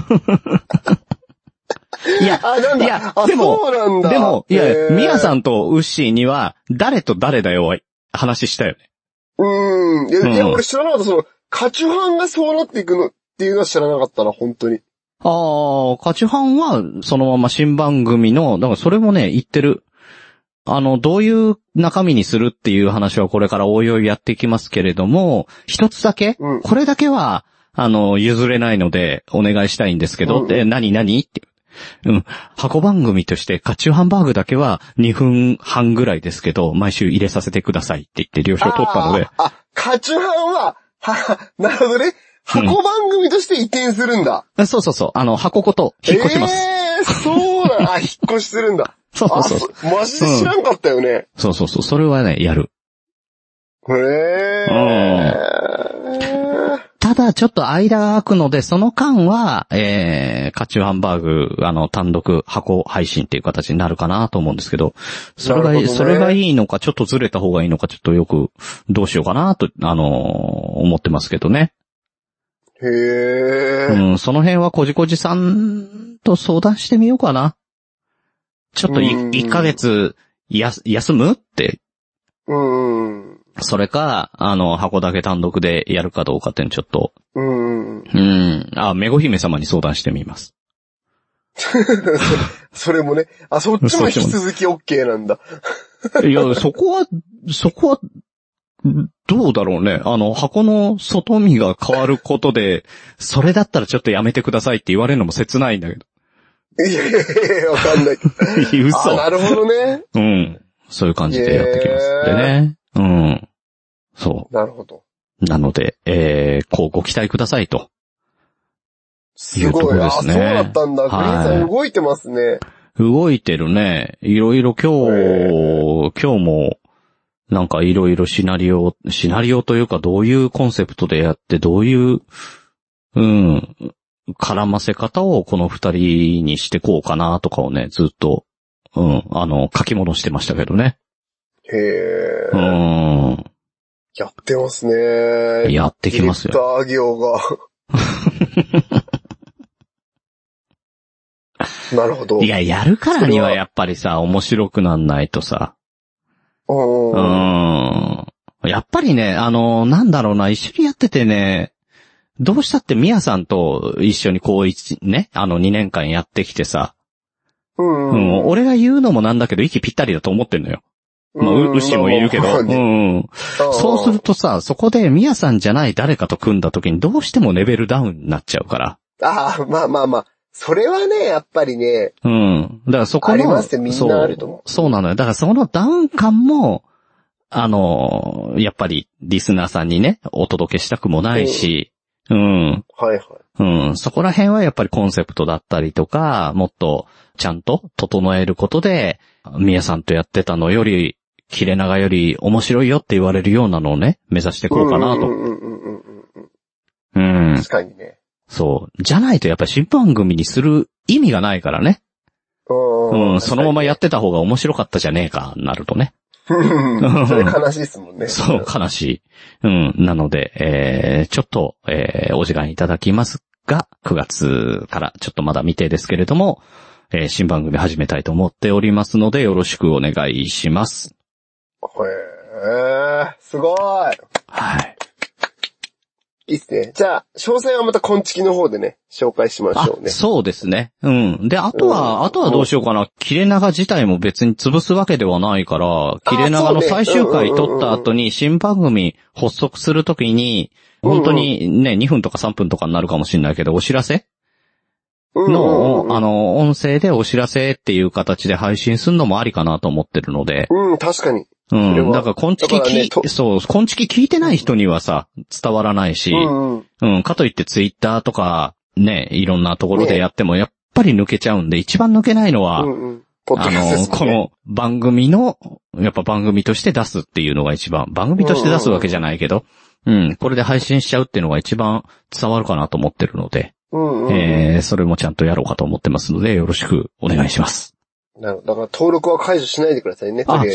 S3: いや、でも、ミヤさんとウッシーには、誰と誰だよ、話したよね。
S1: 俺知らなかった、カチュハンがそうなっていくのっていうのは知らなかったな、本当に。
S3: カチュハンは、そのまま新番組の、だからそれもね、言ってる。どういう中身にするっていう話はこれからおいおいやっていきますけれども、一つだけ、これだけは、譲れないので、お願いしたいんですけど、何って。箱番組としてカチュハンバーグだけは2分半ぐらいですけど、毎週入れさせてくださいって言って了承取ったので。
S1: カチュハンは、なるほどね。箱番組として移転するんだ。
S3: そう。箱ごと引っ越します。
S1: そうだ。引っ越しするんだ。
S3: そう。
S1: マジで知らんかったよね。
S3: そう。それはね、やる。ただ、ちょっと間が空くので、その間は、カチュハンバーグ、単独箱配信っていう形になるかなと思うんですけど、それがいいのか、ちょっとずれた方がいいのか、ちょっとよく、どうしようかなと、思ってますけどね。その辺はこじこじさんと相談してみようかな。ちょっと1ヶ月、休むって。それか、箱だけ単独でやるかどうかってちょっと。メゴ姫様に相談してみます。
S1: それもね。そっちも引き続き OK なんだ。
S3: いや、そこは、どうだろうね。箱の外見が変わることで、それだったらちょっとやめてくださいって言われるのも切ないんだけど。
S1: いや、わかんない。
S3: 嘘。
S1: なるほどね。
S3: そういう感じでやってきますんでね。そう。
S1: なるほど。
S3: なので、こうご期待くださいと。
S1: すごい。そうだったんだ。グリーンさん動いてますね。
S3: 動いてるね。いろいろ今日も、なんかいろいろシナリオというかどういうコンセプトでやって、どういう、絡ませ方をこの二人にしてこうかなとかをね、ずっと、書き物してましたけどね。
S1: やってますね。
S3: やってきますよ。
S1: ディレクター業が。なるほど。
S3: いや、やるからにはやっぱりさ、面白くなんないとさ。やっぱりね、なんだろうな、一緒にやっててね、どうしたってミヤさんと一緒にこうね、2年間やってきてさ。俺が言うのもなんだけど、息ぴったりだと思ってんのよ。ウッシーもいるけど。そうするとさ、そこでミヤさんじゃない誰かと組んだ時にどうしてもレベルダウンになっちゃうから。
S1: まあ。それはね、やっぱりね。
S3: だからそこの。
S1: ありますってみんなあると思う。
S3: そうなのよ。だからそのダウン感も、やっぱりリスナーさんにね、お届けしたくもないし、そこら辺はやっぱりコンセプトだったりとか、もっとちゃんと整えることで、ミヤさんとやってたのより、切れ長より面白いよって言われるようなのをね、目指していこうかなと。
S1: 確かにね。
S3: そう。じゃないとやっぱり新番組にする意味がないからね。そのままやってた方が面白かったじゃねえか、なるとね。
S1: それ悲しいですもんね。
S3: そう、悲しい。なので、ちょっと、お時間いただきますが、9月からちょっとまだ未定ですけれども、新番組始めたいと思っておりますので、よろしくお願いします。
S1: すごい。
S3: はい。
S1: いいっすね。じゃあ、詳細はまた今月の方でね、紹介しましょうね。
S3: そうですね。で、あとはどうしようかな。切れ長自体も別に潰すわけではないから、切れ長の最終回撮った後に新番組発足するときに、 本当にね、2分とか3分とかになるかもしれないけど、お知らせの、音声でお知らせっていう形で配信するのもありかなと思ってるので。
S1: 確かに。
S3: だから、こんちき聞いてない人にはさ、伝わらないし、かといってツイッターとか、ね、いろんなところでやっても、やっぱり抜けちゃうんで、一番抜けないのは、この番組の、やっぱ番組として出すっていうのが一番、番組として出すわけじゃないけど、これで配信しちゃうっていうのが一番伝わるかなと思ってるので、それもちゃんとやろうかと思ってますので、よろしくお願いします。
S1: だから登録は解除しないでくださいね。
S3: そう。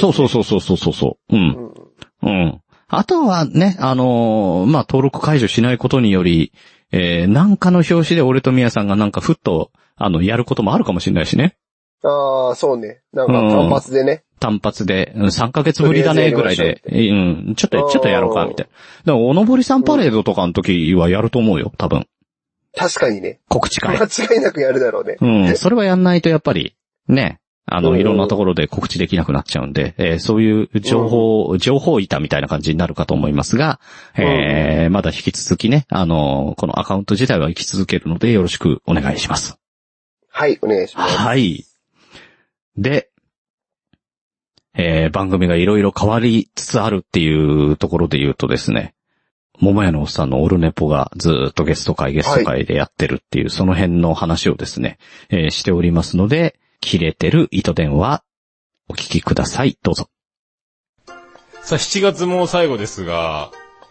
S3: あとはね、登録解除しないことにより、なんかの表紙で俺と宮さんがなんかふっと、やることもあるかもしれないしね。
S1: そうね。なんか単発でね。
S3: 単発で、3ヶ月ぶりだね、ぐらいで、ちょっとやろうか、みたいな。でも、おのぼりさんパレードとかの時はやると思うよ、多分。
S1: 確かにね。
S3: 告知会。
S1: 間違いなくやるだろうね。
S3: それはやんないとやっぱり、ね、いろんなところで告知できなくなっちゃうんで、そういう情報板みたいな感じになるかと思いますが、まだ引き続きね、このアカウント自体は生き続けるのでよろしくお願いします。
S1: はい、お願いします。
S3: はい。で、番組がいろいろ変わりつつあるっていうところで言うとですね、桃屋のおっさんのオルネポがずーっとゲスト会でやってるっていう、その辺の話をですね、しておりますので、切れてる糸電話、お聞きください。どうぞ。
S8: さあ、7月も最後ですが、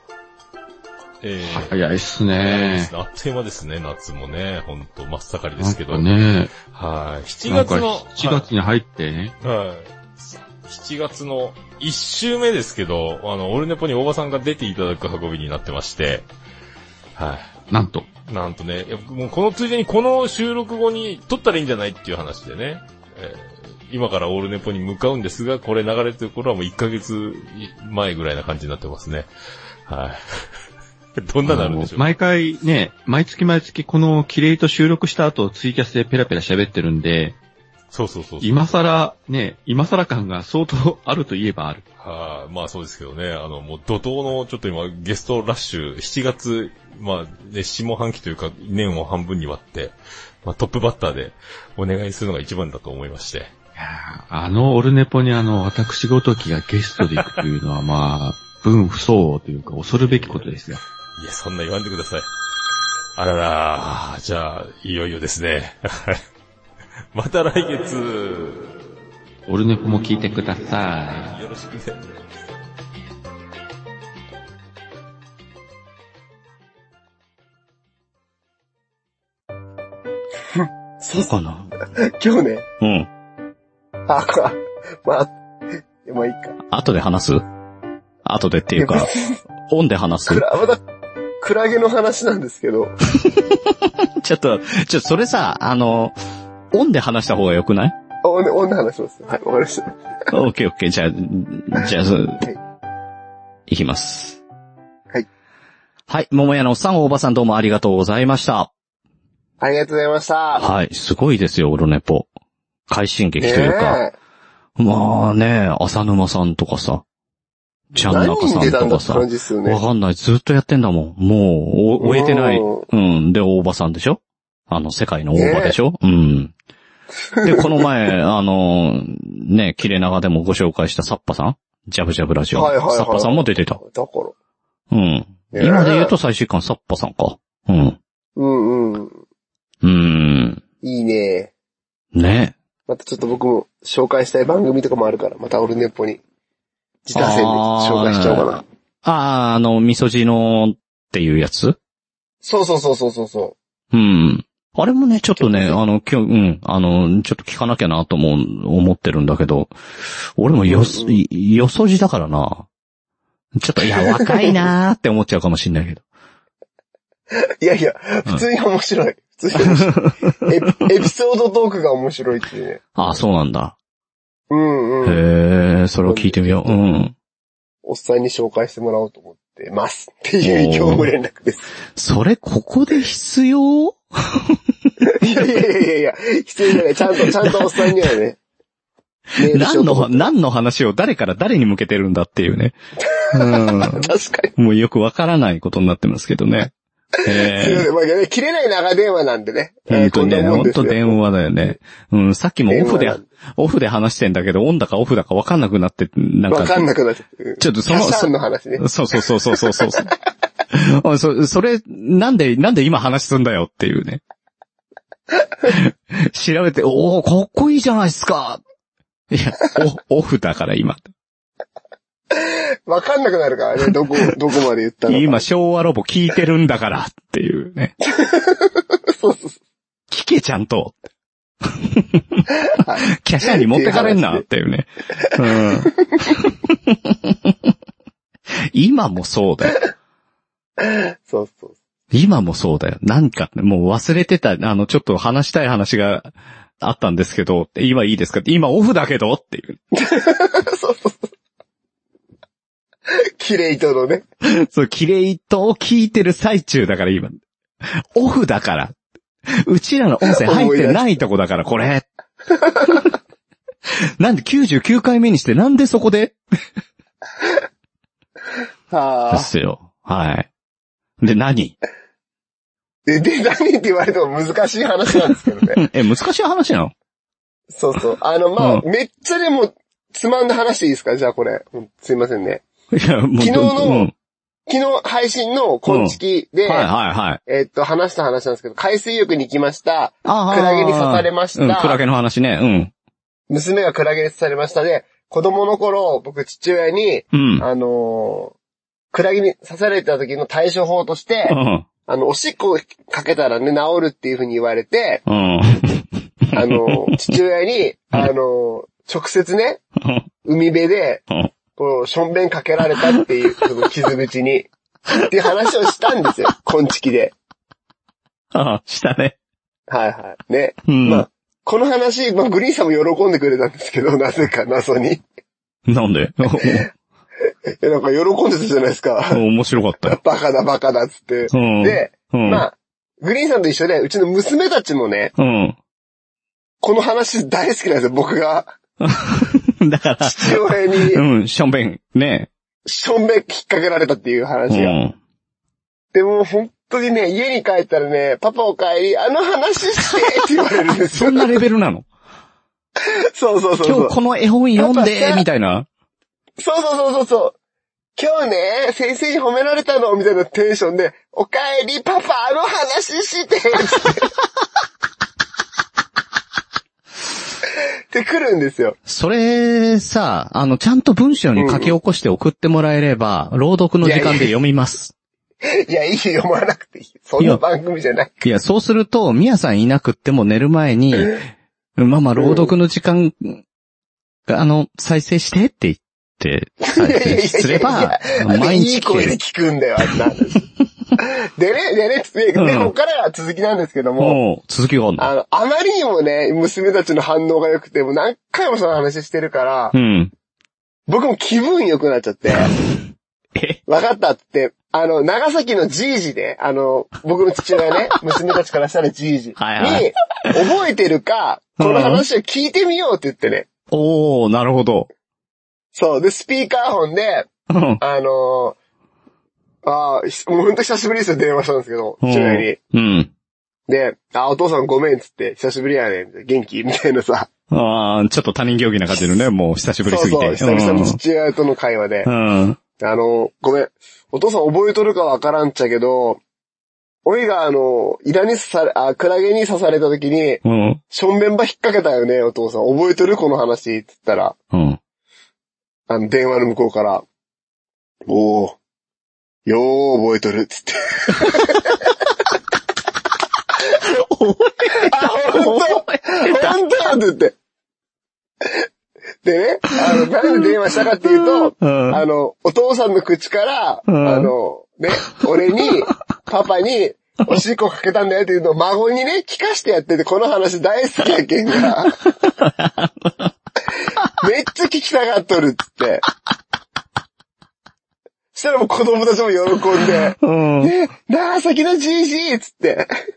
S9: 早いっすね。
S8: あっという間ですね、夏もね。ほんと、真っ盛りですけど。
S9: ね。
S8: はい。7
S9: 月に入ってね。
S8: はい。7月の1週目ですけど、オルネポに大場さんが出ていただく運びになってまして、はい。
S9: なんと
S8: ね、もうこのついでにこの収録後に撮ったらいいんじゃないっていう話でね、今からオールネポに向かうんですが、これ流れてる頃はもう1ヶ月前ぐらいな感じになってますね。はい。どんななるんでしょう。
S9: 毎回ね、毎月このキレイと収録した後ツイキャスでペラペラ喋ってるんで、
S8: そう。
S9: 今更感が相当あると言えばある。
S8: はい、まあそうですけどね、もう怒涛のちょっと今ゲストラッシュ、7月、まあね、下半期というか年を半分に割って、まあトップバッターでお願いするのが一番だと思いまして。
S9: いやオルネポに私ごときがゲストで行くというのはまあ、分不相応というか恐るべきことですよ。
S8: いや、そんな言わんでください。あらら、じゃあ、いよいよですね。また来月。
S9: オルネポも聞いてください。
S8: よろしくね。
S3: そうかな
S1: 今日ね。
S3: うん。
S1: まあいいか。
S3: 後で話す？後でっていうか、オンで話す？
S1: また、クラゲの話なんですけど。
S3: ちょっと、それさ、オンで話した方が良くない？
S1: オンで話します。はい、わかりました。
S3: オッケー。じゃあ、いきます。
S1: はい。
S3: はい、桃屋のおっさん、大場さんどうもありがとうございました。
S1: ありがとうございました。はい、
S3: すごいですよ、オルネポ。快進撃というか。まあね、浅沼さんとかさ、ちゃんなかさんとかさ、わかんない、ずっとやってんだもん。もう、終えてない。で、大場さんでしょ？世界の大場でしょ？で、この前、ね、切れ長でもご紹介したサッパさん？ジャブジャブラジオ。サッパさんも出てた。
S1: だから。
S3: 今で言うと最終巻サッパさんか。
S1: いいね。
S3: ね。
S1: またちょっと僕も紹介したい番組とかもあるから、またオルネポに自他戦で紹介しちゃおうかな。
S3: みそじのっていうやつ？
S1: そう。
S3: あれもね、ちょっとね、今日、ちょっと聞かなきゃなと思ってるんだけど、俺もよそじだからな。ちょっと、若いなーって思っちゃうかもしんないけど。
S1: いや、普通に面白い。エピソードトークが面白いっていうね。
S3: あ、そうなんだ。
S1: へ
S3: ー、それを聞いてみよう。
S1: おっさんに紹介してもらおうと思ってますっていう業務連絡です。
S3: それここで必要？
S1: いや、必要じゃない。ちゃんとおっさんにはね。
S3: 何の話を誰から誰に向けてるんだっていうね。
S1: 確かに。
S3: もうよくわからないことになってますけどね。
S1: すいません、まあね、切れない長電話なんでね。
S3: 本当ね、本当電話だよね。さっきもオフで話してんだけど、オンだかオフだかわかんなくなって、なんか。
S1: わかんなくなっちゃって。
S3: ちょっとそ
S1: の話ね。
S3: そう。それ、なんで今話すんだよっていうね。調べて、おー、かっこいいじゃないですか。いや、オフだから今。
S1: わかんなくなるからね、どこまで言ったのか。
S3: 今、昭和ロボ聞いてるんだからっていうね。
S1: そう。
S3: 聞けちゃんと。キャシャに持ってかれんなっていうね。今もそうだよ。
S1: そう。
S3: 今もそうだよ。なんか、もう忘れてた、ちょっと話したい話があったんですけど、今いいですか？今オフだけどっていう。
S1: そう。キレイトのね。
S3: そう、キレイトを聞いてる最中だから今。オフだから。うちらの音声入ってないとこだからこれ。なんで99回目にしてなんでそこでですよ。はい。で、何
S1: で、何って言われても難しい話なんですけどね。
S3: 難しい話なの？
S1: そう。めっちゃでも、つまんで話していいですか？じゃあこれ。すいませんね。
S3: いや、もう
S1: 昨日配信の昆虫で、
S3: はい。
S1: 話した話なんですけど、海水浴に行きました。クラゲに刺されました。
S3: クラゲの話ね。
S1: 娘がクラゲに刺されましたで、子供の頃、僕父親に、クラゲに刺された時の対処法として、おしっこかけたらね、治るっていう風に言われて、父親に、直接ね、海辺で、しょんべんかけられたっていう、その傷口に、っていう話をしたんですよ、昆虫で。
S3: したね。
S1: はい。ね。この話、グリーンさんも喜んでくれたんですけど、なぜか謎に。
S3: なんで
S1: なんか喜んでたじゃないですか。
S3: 面白かったよ。
S1: バカだっつって。で、グリーンさんと一緒で、うちの娘たちもね、この話大好きなんですよ、僕が。
S3: だから。
S1: 父親に。
S3: しょんべん、ね。
S1: しょんべん引っ掛けられたっていう話が。でも本当にね、家に帰ったらね、パパお帰り、話してって言われるんですよ。
S3: そんなレベルなの？
S1: そう。
S3: 今日この絵本読んで、みたいな。
S1: そう。今日ね、先生に褒められたのみたいなテンションで、お帰りパパ話してって来るんですよ。
S3: それさ、ちゃんと文章に書き起こして送ってもらえれば、朗読の時間で読みます。
S1: いや、読まなくていい。そんな番組じゃない。
S3: いや、そうすると、みやさんいなくっても寝る前に、ママ朗読の時間、再生してって言って、再生すれば、毎日
S1: いい声で聞くんだよ、あんな。でね、ここからは続きなんですけども。
S3: 続きがあるの？
S1: あまりにもね、娘たちの反応が良くて、もう何回もその話してるから、僕も気分良くなっちゃって、わかったって、長崎のじいじで、僕の父親ね、娘たちからしたらじいじに、覚えてるか、この話を聞いてみようって言ってね。
S3: なるほど。
S1: そう。で、スピーカーフォンで、もうほんと久しぶりですよ、電話したんですけど、父親に。で、お父さんごめんっつって、久しぶりやねん、元気みたいなさ。
S3: ちょっと他人行儀な感じのね、もう久しぶりすぎて。
S1: そう、久々の父親との会話で。ごめん。お父さん覚えとるかわからんっちゃけど、おいがクラゲに刺された時に、しょんべんば引っ掛けたよね、お父さん。覚えとるこの話って言ったら、電話の向こうから、よー覚えとるっつって。ほんとって言って。でね、なんで電話したかっていうと、お父さんの口から、俺に、パパに、おしっこかけたんだよっていうのを孫にね、聞かしてやってて、この話大好きやけんが。めっちゃ聞きたがっとるっつって。そしたらもう子供たちも喜んで、ね、長崎のじいじっつって、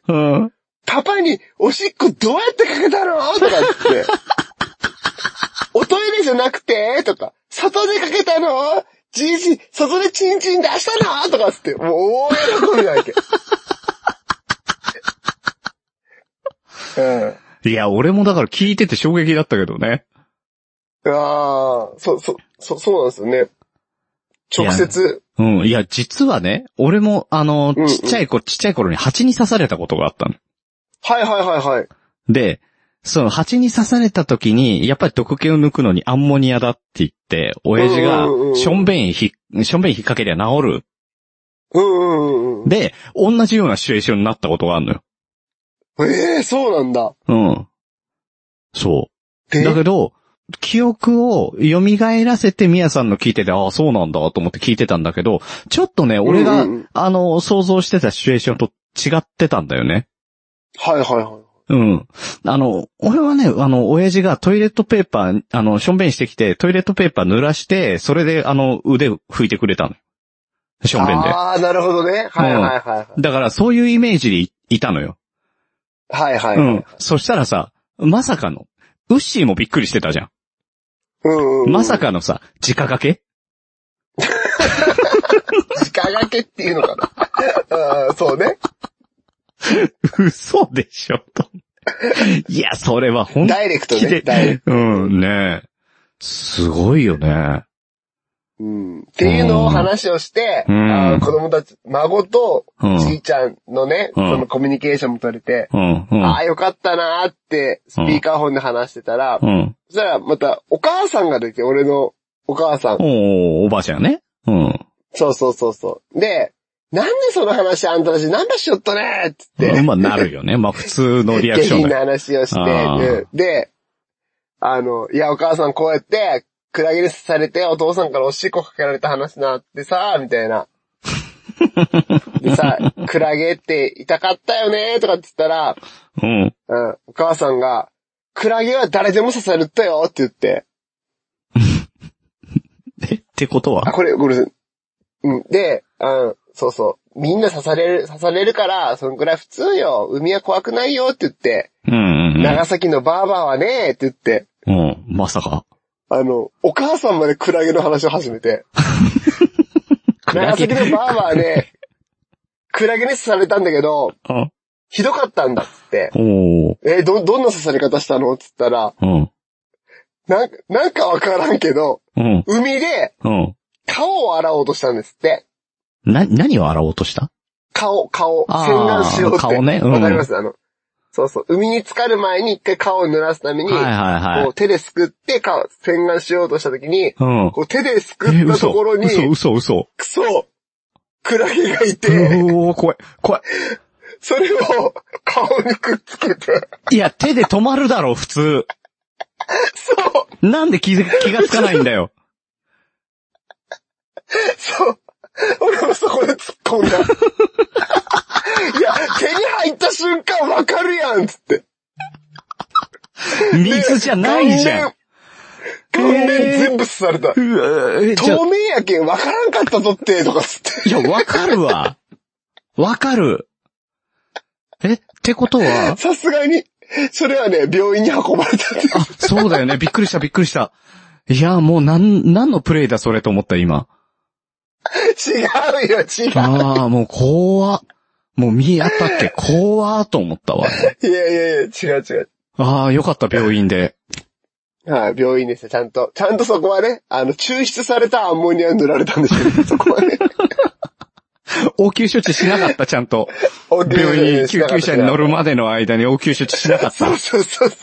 S1: パパにおしっこどうやってかけたのとか言って。 おトイレじゃなくてとか、外でかけたのじいじ、外でチンチン出したのとかつって、もう大喜びなわけ。
S3: いや、俺もだから聞いてて衝撃だったけどね。
S1: ああ、そうなんですよね。直接。
S3: いや、実はね、俺もちっちゃい頃に蜂に刺されたことがあったの。
S1: はい。
S3: で、その蜂に刺された時に、やっぱり毒気を抜くのにアンモニアだって言って、親父がしょんべん引っ掛けりゃ治る。で、同じようなシチュエーションになったことがあるのよ。
S1: そうなんだ。
S3: そう。だけど、記憶を蘇らせてミヤさんの聞いてて、ああ、そうなんだと思って聞いてたんだけど、ちょっとね、俺が、想像してたシチュエーションと違ってたんだよね。
S1: はい。
S3: 俺はね、親父がトイレットペーパー、しょんべんしてきて、トイレットペーパー濡らして、それで、腕を拭いてくれたの。しょんべんで。
S1: ああ、なるほどね。はい。
S3: だから、そういうイメージでいたのよ。
S1: はい。
S3: そしたらさ、まさかの、ウッシーもびっくりしてたじゃん。まさかのさ、直掛け
S1: 直掛けっていうのかな。そうね。
S3: 嘘でしょと。いや、それは本気で。
S1: ダイレクトね。
S3: ねえ。すごいよね。
S1: っていうのを話をして、子供たち、孫とじいちゃんのね、そのコミュニケーションも取れて、ああ、よかったなーってスピーカーフォンで話してたら、そしたらまたお母さんが出て、俺のお母さん。
S3: おばあちゃんね。
S1: そう。で、なんでその話あんたたちナンパしよっとねーって言って。
S3: まあなるよね。まあ普通のリアクションだよ。
S1: 下品な話をして、で、いやお母さんこうやって、クラゲに刺されてお父さんからおしっこかけられた話なってさ、みたいな。でさ、クラゲって痛かったよねとかって言ったら、お母さんが、クラゲは誰でも刺されたよって言って。
S3: ってことは？
S1: これ、で、そう。みんな刺されるから、そのくらい普通よ。海は怖くないよって言って。長崎のバーバーはねって言って。
S3: まさか。
S1: お母さんまでクラゲの話を始めて。長崎のバーバーね、クラゲに刺されたんだけど、ひどかったんだっつって。どんな刺され方したのっつったら、なんかわからんけど、海で、顔を洗おうとしたんですって。
S3: 何を洗おうとした？
S1: 顔、洗顔しようって。
S3: 顔ね。
S1: わかります？そう。海に浸かる前に一回顔を濡らすために、こう手ですくって洗顔しようとしたときに、こう手ですくったところに、
S3: 嘘。
S1: クラゲがいて、
S3: 怖い。
S1: それを顔にくっつけて。
S3: いや、手で止まるだろ、普通。
S1: そう。
S3: なんで気がつかないんだよ。
S1: そう。俺もそこで突っ込んだ。いや、手に入った瞬間わかるやんつって。
S3: 水じゃないじゃん。
S1: 顔面全部刺された。透明やけんわからんかったぞって、とかつって。
S3: いや、わかるわ。わかる。ってことは
S1: さすがに、それはね、病院に運ばれたって。
S3: そうだよね。びっくりした。いや、もう何のプレイだそれと思った今。
S1: 違うよ。
S3: もう怖っ。もう見当たって怖ーと思ったわ。
S1: いや、違う。
S3: よかった病院で。
S1: はい、病院ですよ。ちゃんとそこはね、抽出されたアンモニア塗られたんですけど、そこはね。
S3: 応急処置しなかった、ちゃんと。病院に救急車に乗るまでの間に応急処置しなかった。
S1: そう。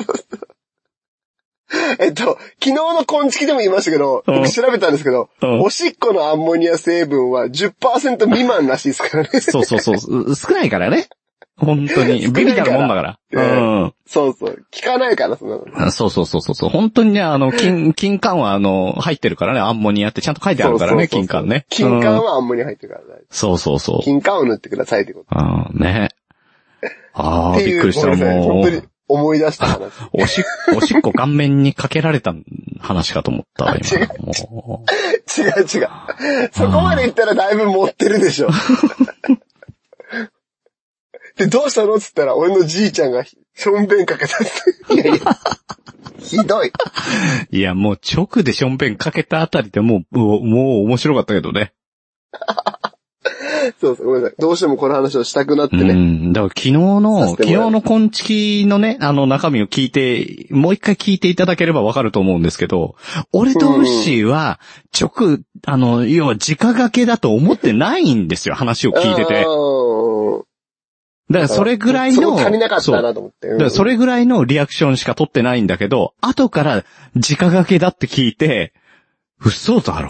S1: 昨日の昆虫でも言いましたけど、僕調べたんですけど、おしっこのアンモニア成分は 10% 未満らしいですからね。
S3: そう。少ないからね。本当に。ビビたるもんだから。
S1: そう。効かないから、そんなの。
S3: そう。本当にね、金柑は入ってるからね、アンモニアってちゃんと書いてあるからね、金柑ね。
S1: 金柑はアンモニア入ってるからね。
S3: そう。
S1: 金柑を塗ってくださいってこと。
S3: ね。びっくりした、もう。
S1: 本当に思い出した話。
S3: おしっこ顔面にかけられた話かと思ったわ、今。
S1: 違う。そこまで言ったらだいぶ持ってるでしょ。で、どうしたのっつったら、俺のじいちゃんがしょんべんかけたって。いや。 ひどい。
S3: いや、もう直でションベンかけたあたりでもう面白かったけどね。
S1: そうそう、ごめんなさい。どうしてもこの話をしたくなってね。
S3: だから昨日のコンチキのね、中身を聞いて、もう一回聞いていただければわかると思うんですけど、俺とウッシーは、要は直掛けだと思ってないんですよ、話を聞いてて。だからそれぐらいの、
S1: 足りなかったなと思って。
S3: だからそれぐらいのリアクションしか取ってないんだけど、後から直掛けだって聞いて、嘘だろ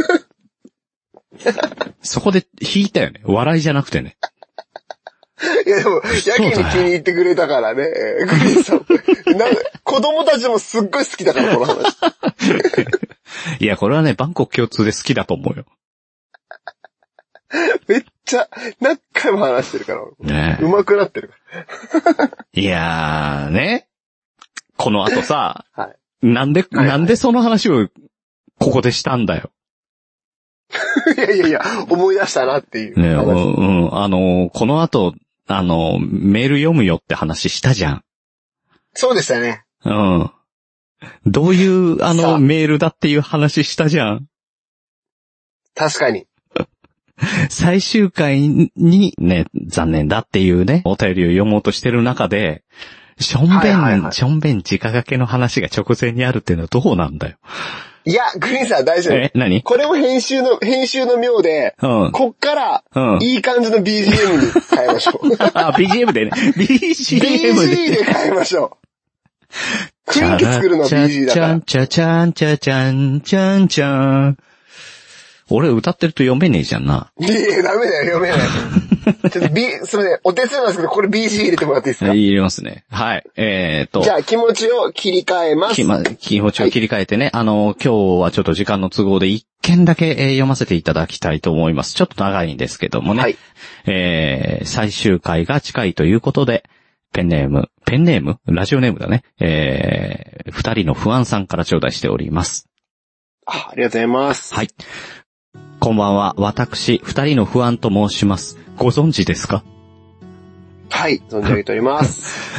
S3: そこで引いたよね。笑いじゃなくてね。
S1: いやでも、やけに気に入ってくれたからね。グリーンさん。子供たちもすっごい好きだから、この話。
S3: いや、これはね、バンコク共通で好きだと思うよ。
S1: めっちゃ、何回も話してるから。
S3: ね、
S1: 上手くなってるから。
S3: いやー、ね。この後さ、
S1: はい、
S3: なんでその話を、ここでしたんだよ。
S1: いや、思い出したなっていう。
S3: ね、この後、メール読むよって話したじゃん。
S1: そうでしたね。
S3: うん。どういうメールだっていう話したじゃん。
S1: 確かに。
S3: 最終回にね、残念だっていうね、お便りを読もうとしてる中で、ションベン直掛けの話が直前にあるっていうのはどうなんだよ。
S1: いや、グリーンさん大丈夫。
S3: 何？
S1: これも編集の妙で、こっから、いい感じの BGM に変えましょう。
S3: BGM でね。BGM
S1: で変えましょう。雰囲気作るのは BG だから。
S3: チャチャンチャチャンチャンチャン。俺歌ってると読めねえじゃんな。
S1: いや、ダメだよ、読めない。ちょっとすみません、お手伝いなんですけど、これ BG 入れてもらっていいですか？
S3: 入れますね。はい。
S1: じゃあ気持ちを切り替えます。
S3: 気持ちを切り替えてね、今日はちょっと時間の都合で一件だけ読ませていただきたいと思います。ちょっと長いんですけどもね。はい。最終回が近いということで、ペンネームラジオネームだね。二人の不安さんから頂戴しております。
S1: ありがとうございます。
S3: はい。こんばんは、私、二人の不安と申します。ご存知ですか？
S1: はい、存じ上げております。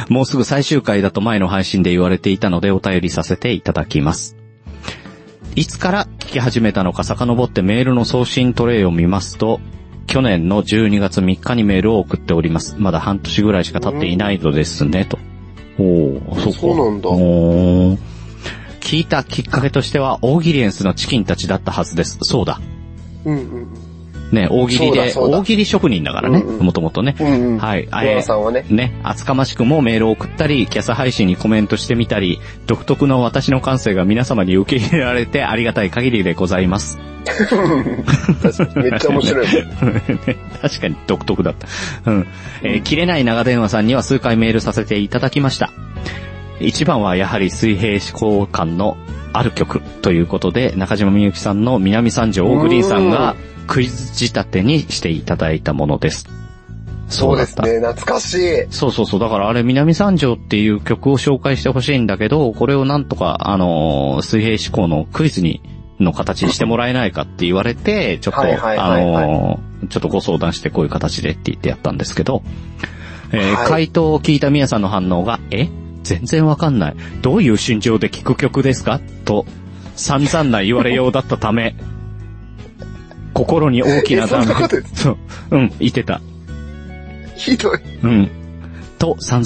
S3: もうすぐ最終回だと前の配信で言われていたのでお便りさせていただきます。いつから聞き始めたのか遡ってメールの送信トレイを見ますと、去年の12月3日にメールを送っております。まだ半年ぐらいしか経っていないのですね、と。
S1: そうなんだ。
S3: 聞いたきっかけとしては、大喜利エンスのチキンたちだったはずです。そうだ。ね、大喜利で、大喜利職人だからね、もともとね。はい。
S1: さんはね、
S3: 厚かましくもメールを送ったり、キャス配信にコメントしてみたり、独特の私の感性が皆様に受け入れられてありがたい限りでございます。
S1: めっちゃ面白い。
S3: 確かに独特だった。切れない長電話さんには数回メールさせていただきました。一番はやはり水平思考感のある曲ということで、中島みゆきさんの南三条グリーンさんがクイズ仕立てにしていただいたものです。
S1: そうですね、懐かしい。
S3: そう。だからあれ南三条っていう曲を紹介してほしいんだけど、これをなんとか水平思考のクイズの形にしてもらえないかって言われて、ちょっとちょっとご相談してこういう形でって言ってやったんですけど、回答を聞いたみやさんの反応が、全然わかんない。どういう心情で聴く曲ですか？と、散々な言われようだったため、心に大きなダメージ。言ってた。
S1: ひどい。
S3: と、散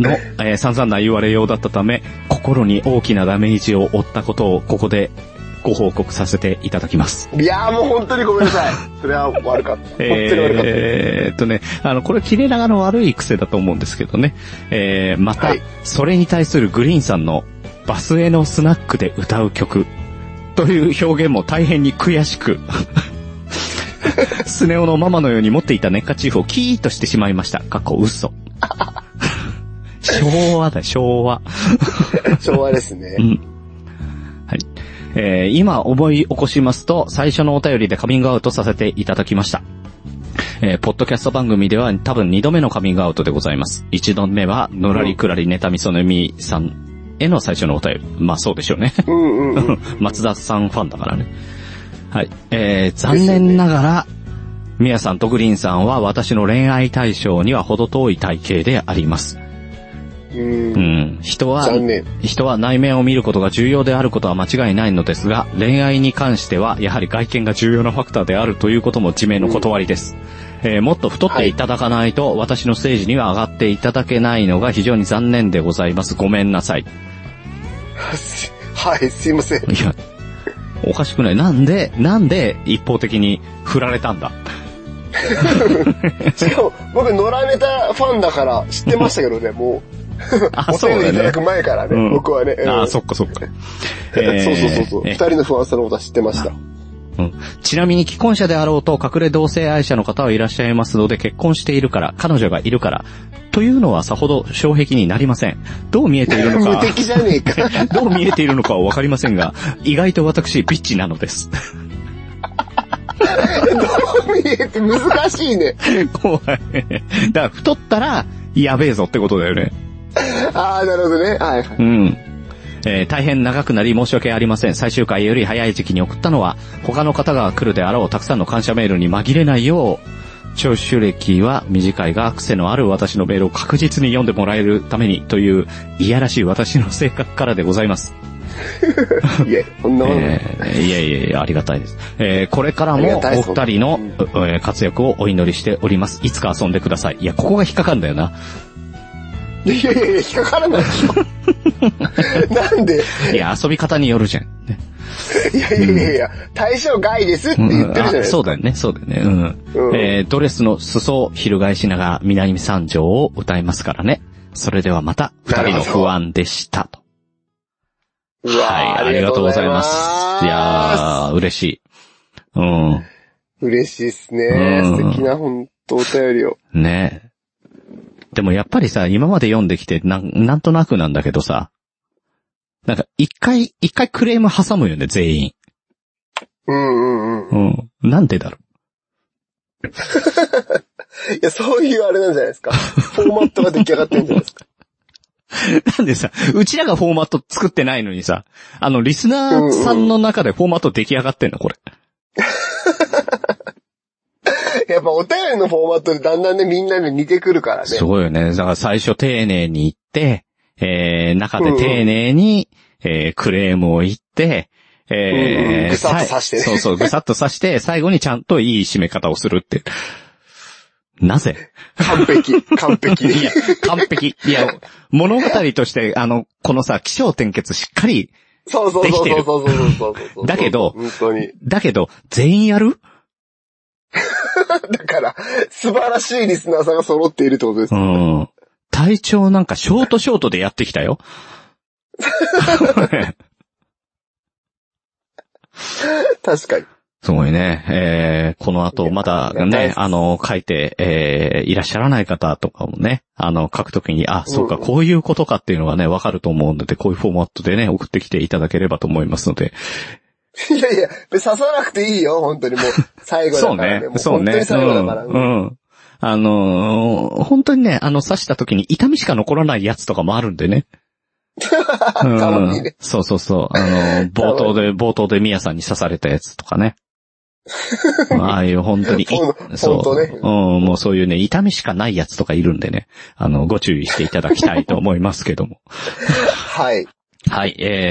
S3: 々な言われようだったため、心に大きなダメージを負ったことを、ここでご報告させていただきます。
S1: いやーもう本当にごめんなさい。それは悪かった。本当に悪かった。
S3: これ切れ長の悪い癖だと思うんですけどね。また、それに対するグリーンさんのバスへのスナックで歌う曲という表現も大変に悔しく、スネ夫のママのように持っていたネッカチーフをキーッとしてしまいました。嘘。昭和だ、昭和。
S1: 昭和ですね。
S3: はい。今思い起こしますと、最初のお便りでカミングアウトさせていただきました。ポッドキャスト番組では多分2度目のカミングアウトでございます。1度目は、のらりくらりネタみそねみさんへの最初のお便り。まあそうでしょうね。松田さんファンだからね。はい。残念ながら、みやさんとグリーンさんは私の恋愛対象には程遠い体型であります。 人は内面を見ることが重要であることは間違いないのですが、恋愛に関してはやはり外見が重要なファクターであるということも自明の断りです。もっと太っていただかないと、私のステージには上がっていただけないのが非常に残念でございます。ごめんなさい。
S1: はい、すいません。
S3: いや、おかしくない。なんで一方的に振られたんだ。
S1: しかも、僕、野良ネタファンだから知ってましたけどね、もう。お便りいただく前からね、僕はね。
S3: そっか。
S1: そう。二人の不安さのことは知ってました。
S3: ちなみに既婚者であろうと隠れ同性愛者の方はいらっしゃいますので、結婚しているから、彼女がいるから、というのはさほど障壁になりません。どう見えているのか。
S1: 無敵じゃねえか。
S3: どう見えているのかはわかりませんが、意外と私、ビッチなのです。
S1: どう見えて難しいね。
S3: 怖い。だから太ったら、やべえぞってことだよね。
S1: ああ、なるほどね。はい。
S3: 大変長くなり申し訳ありません。最終回より早い時期に送ったのは、他の方が来るであろうたくさんの感謝メールに紛れないよう、聴取歴は短いが癖のある私のメールを確実に読んでもらえるためにという、いやらしい私の性格からでございます。
S1: いや、こんなもん。
S3: いや、ありがたいです。これからもお二人の、活躍をお祈りしております。いつか遊んでください。いや、ここが引っかかるんだよな。
S1: いや、引っかからないでしょ。なんで？
S3: いや、遊び方によるじゃん。
S1: いや、対象外ですって言ってるじゃないですか。
S3: そうだよね。ドレスの裾を翻しながら南三条を歌いますからね。それではまた、二人の不安でしたと。はい、ありがとうございます。いやー、嬉しい。
S1: 嬉しいっすね。素敵なほんとお便りを。
S3: ね。でもやっぱりさ、今まで読んできて、なんとなくなんだけどさ、なんか一回クレーム挟むよね、全員。なんでだろう。
S1: いや、そういうあれなんじゃないですか。フォーマットが出来上がってるんじゃないですか。
S3: なんでさ、うちらがフォーマット作ってないのにさ、リスナーさんの中でフォーマット出来上がってんの、これ。
S1: やっぱお便りのフォーマットでだんだんね、みんなで似てくるからね。
S3: そうよね。だから最初丁寧に言って、中で丁寧に、クレームを言って、
S1: ぐさっと刺してね。
S3: そう、ぐさっと刺して、最後にちゃんといい締め方をするって。なぜ？
S1: 完璧。
S3: いや、完璧。いや、物語として、このさ、起承転結しっかりできてる。
S1: そう。
S3: だけど、
S1: 本当に。
S3: 全員やる？
S1: だから、素晴らしいリスナーさんが揃っているってことです。
S3: 体調なんかショートでやってきたよ。
S1: 確かに。
S3: すごいね。この後、まだね、書いて、いらっしゃらない方とかもね、書くときに、そうか、こういうことかっていうのがね、わかると思うので、こういうフォーマットでね、送ってきていただければと思いますので。
S1: いや、刺さなくていいよ、本当にもう、最後だからね。そうね。本当に最後だから。
S3: 本当にね、刺した時に痛みしか残らないやつとかもあるんでね。そう。冒頭でミヤさんに刺されたやつとかね。ああいう本当に、
S1: そう。ね。
S3: もうそういうね、痛みしかないやつとかいるんでね、ご注意していただきたいと思いますけども。
S1: はい。
S3: はい、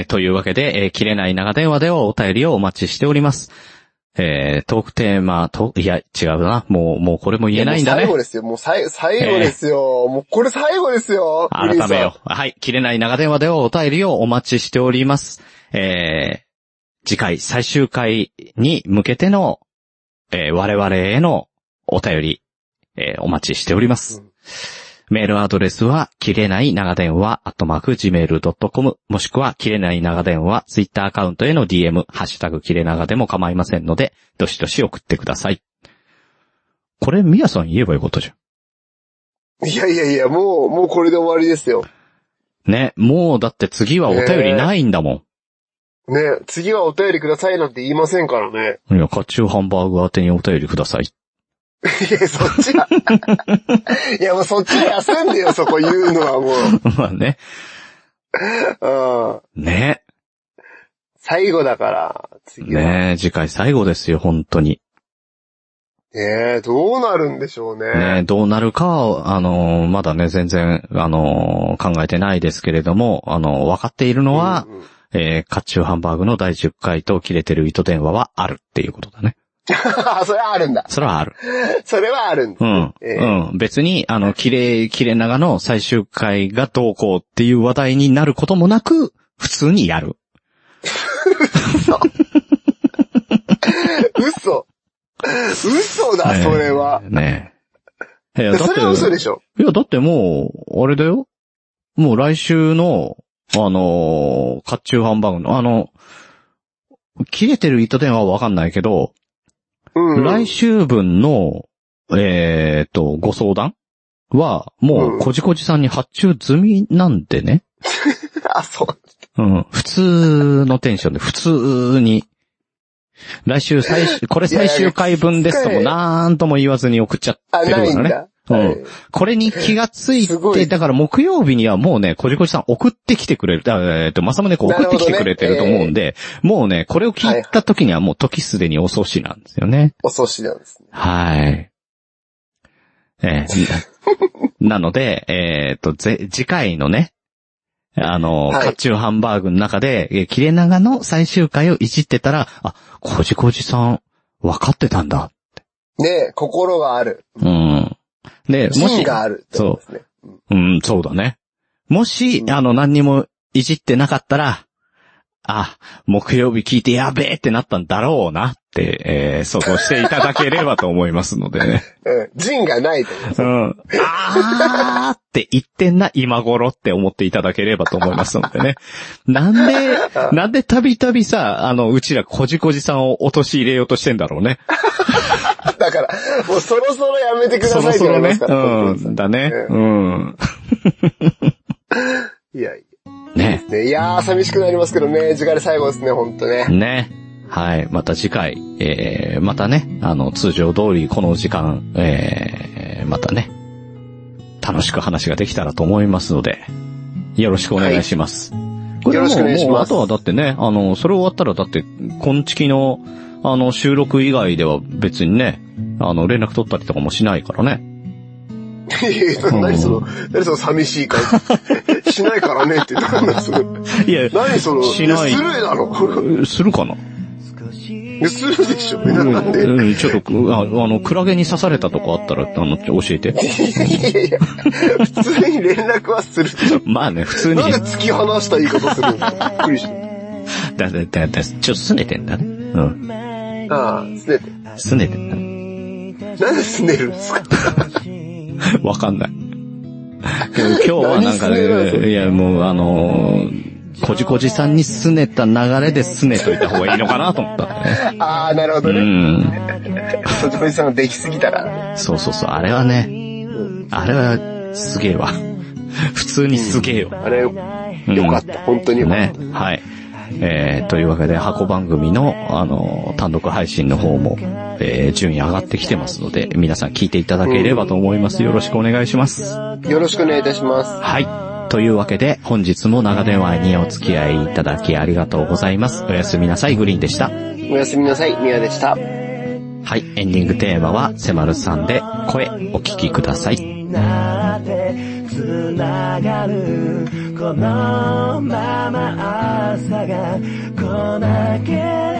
S3: というわけで、切れない長電話ではお便りをお待ちしております。トークテーマ、いや、違うな。もうこれも言えないんだね。
S1: 最後ですよ。もう最後ですよ。もうこれ最後ですよ。
S3: 改めよう。はい。切れない長電話ではお便りをお待ちしております。次回最終回に向けての、我々へのお便り、お待ちしております。メールアドレスは、切れない長電話@gmail.com もしくは、切れない長電話ツイッターアカウントへの DM、ハッシュタグ切れ長でも構いませんので、どしどし送ってください。これ、みやさん言えばよかったじゃん。
S1: いや、もうこれで終わりですよ。
S3: ね、もうだって次はお便りないんだも
S1: ん。ね、次はお便りくださいなんて言いませんからね。
S3: いや、カチューハンバーグ宛てにお便りください。
S1: いや、そっちは。いや、もうそっちで休んでよ、そこ言うのはもう。
S3: まあね。ね。
S1: 最後だから、次は。
S3: ね、次回最後ですよ、本当に。
S1: どうなるんでしょうね。
S3: ね、どうなるかは、まだね、全然、考えてないですけれども、分かっているのは、甲冑ハンバーグの第10回と切れてる糸電話はあるっていうことだね。
S1: それはあるんだ。
S3: それはある。
S1: それはあるんだ。
S3: 別に、切れ長の最終回がどうこうっていう話題になることもなく、普通にやる。嘘だ、それは。 ね
S1: え。だってそれは嘘でしょ。
S3: いや、だってもう、あれだよ。もう来週の、甲冑ハンバーグの、切れてる糸電話はわかんないけど、来週分の、ご相談は、もう、こじこじさんに発注済みなんでね。
S1: そう。
S3: 普通のテンションで、普通に。来週これ最終回分ですともなんとも言わずに送っちゃってるからね。これに気がついて、だから木曜日にはもうね、こじこじさん送ってきてくれる。まさむねこ送ってきてくれてると思うんで、もうね、これを聞いた時にはもう時すでに遅しなんですよね。
S1: 遅しなんですね。
S3: はい。なので、次回のね、甲冑ハンバーグの中で、切れ長の最終回をいじってたら、こじこじさん、分かってたんだ。
S1: ね、心がある。
S3: で、もし、
S1: 芯がある、ね。
S3: そう。そうだね。もし、何にもいじってなかったら、木曜日聞いてやべえってなったんだろうなって、想像していただければと思いますのでね。
S1: 陣がないと思う。
S3: って言ってんな、今頃って思っていただければと思いますのでね。なんでたびたびさ、うちらこじこじさんを陥れようとしてんだろうね。
S1: だから、もうそろそろやめてくださいって言われますから。
S3: だね。
S1: いやいや。
S3: ね。
S1: いやー、寂しくなりますけどね、次回で最後ですね、ほんとね。
S3: ね。はい。また次回、またね、通常通りこの時間、またね、楽しく話ができたらと思いますので、よろしくお願いします。
S1: よろしくお願いします。
S3: あとはだってね、それ終わったらだって、今月の、収録以外では別にね、連絡取ったりとかもしないからね。
S1: 何その寂しい感じ。しないからねって言ったらそれ。
S3: いや、
S1: 何その、
S3: しない。
S1: するだろ。
S3: するかな
S1: するでしょ、なんで。
S3: ちょっと、クラゲに刺されたとこあったら、教えて。
S1: いや、普通に連絡はするでしょ。
S3: まあね、普通に。
S1: なんで突き放した言い方するんですか。びっくりした。
S3: ちょっと拗ねてんだね。
S1: 拗ねて。
S3: 拗ねてんだ。
S1: なんで拗ねるんですか。
S3: わかんない。今日はなんかね、いやもうこじこじさんに拗ねた流れで拗ねといた方がいいのかなと思ったね。
S1: なるほどね。こじこじさんができすぎたら。
S3: そう。あれはね、あれはすげえわ。普通にすげえよ。
S1: あれ、よかった。本当によかった。
S3: ね。はい。というわけで、箱番組の、単独配信の方も、順位上がってきてますので、皆さん聞いていただければと思います。よろしくお願いします。
S1: よろしくお願いいたします。
S3: はい。というわけで、本日も長電話にお付き合いいただきありがとうございます。おやすみなさい、グリーンでした。
S1: おやすみなさい、ミヤでした。はい、
S3: エンディングテーマは、せまるさんで、声、お聞きください。つながるこのまま朝が来なければ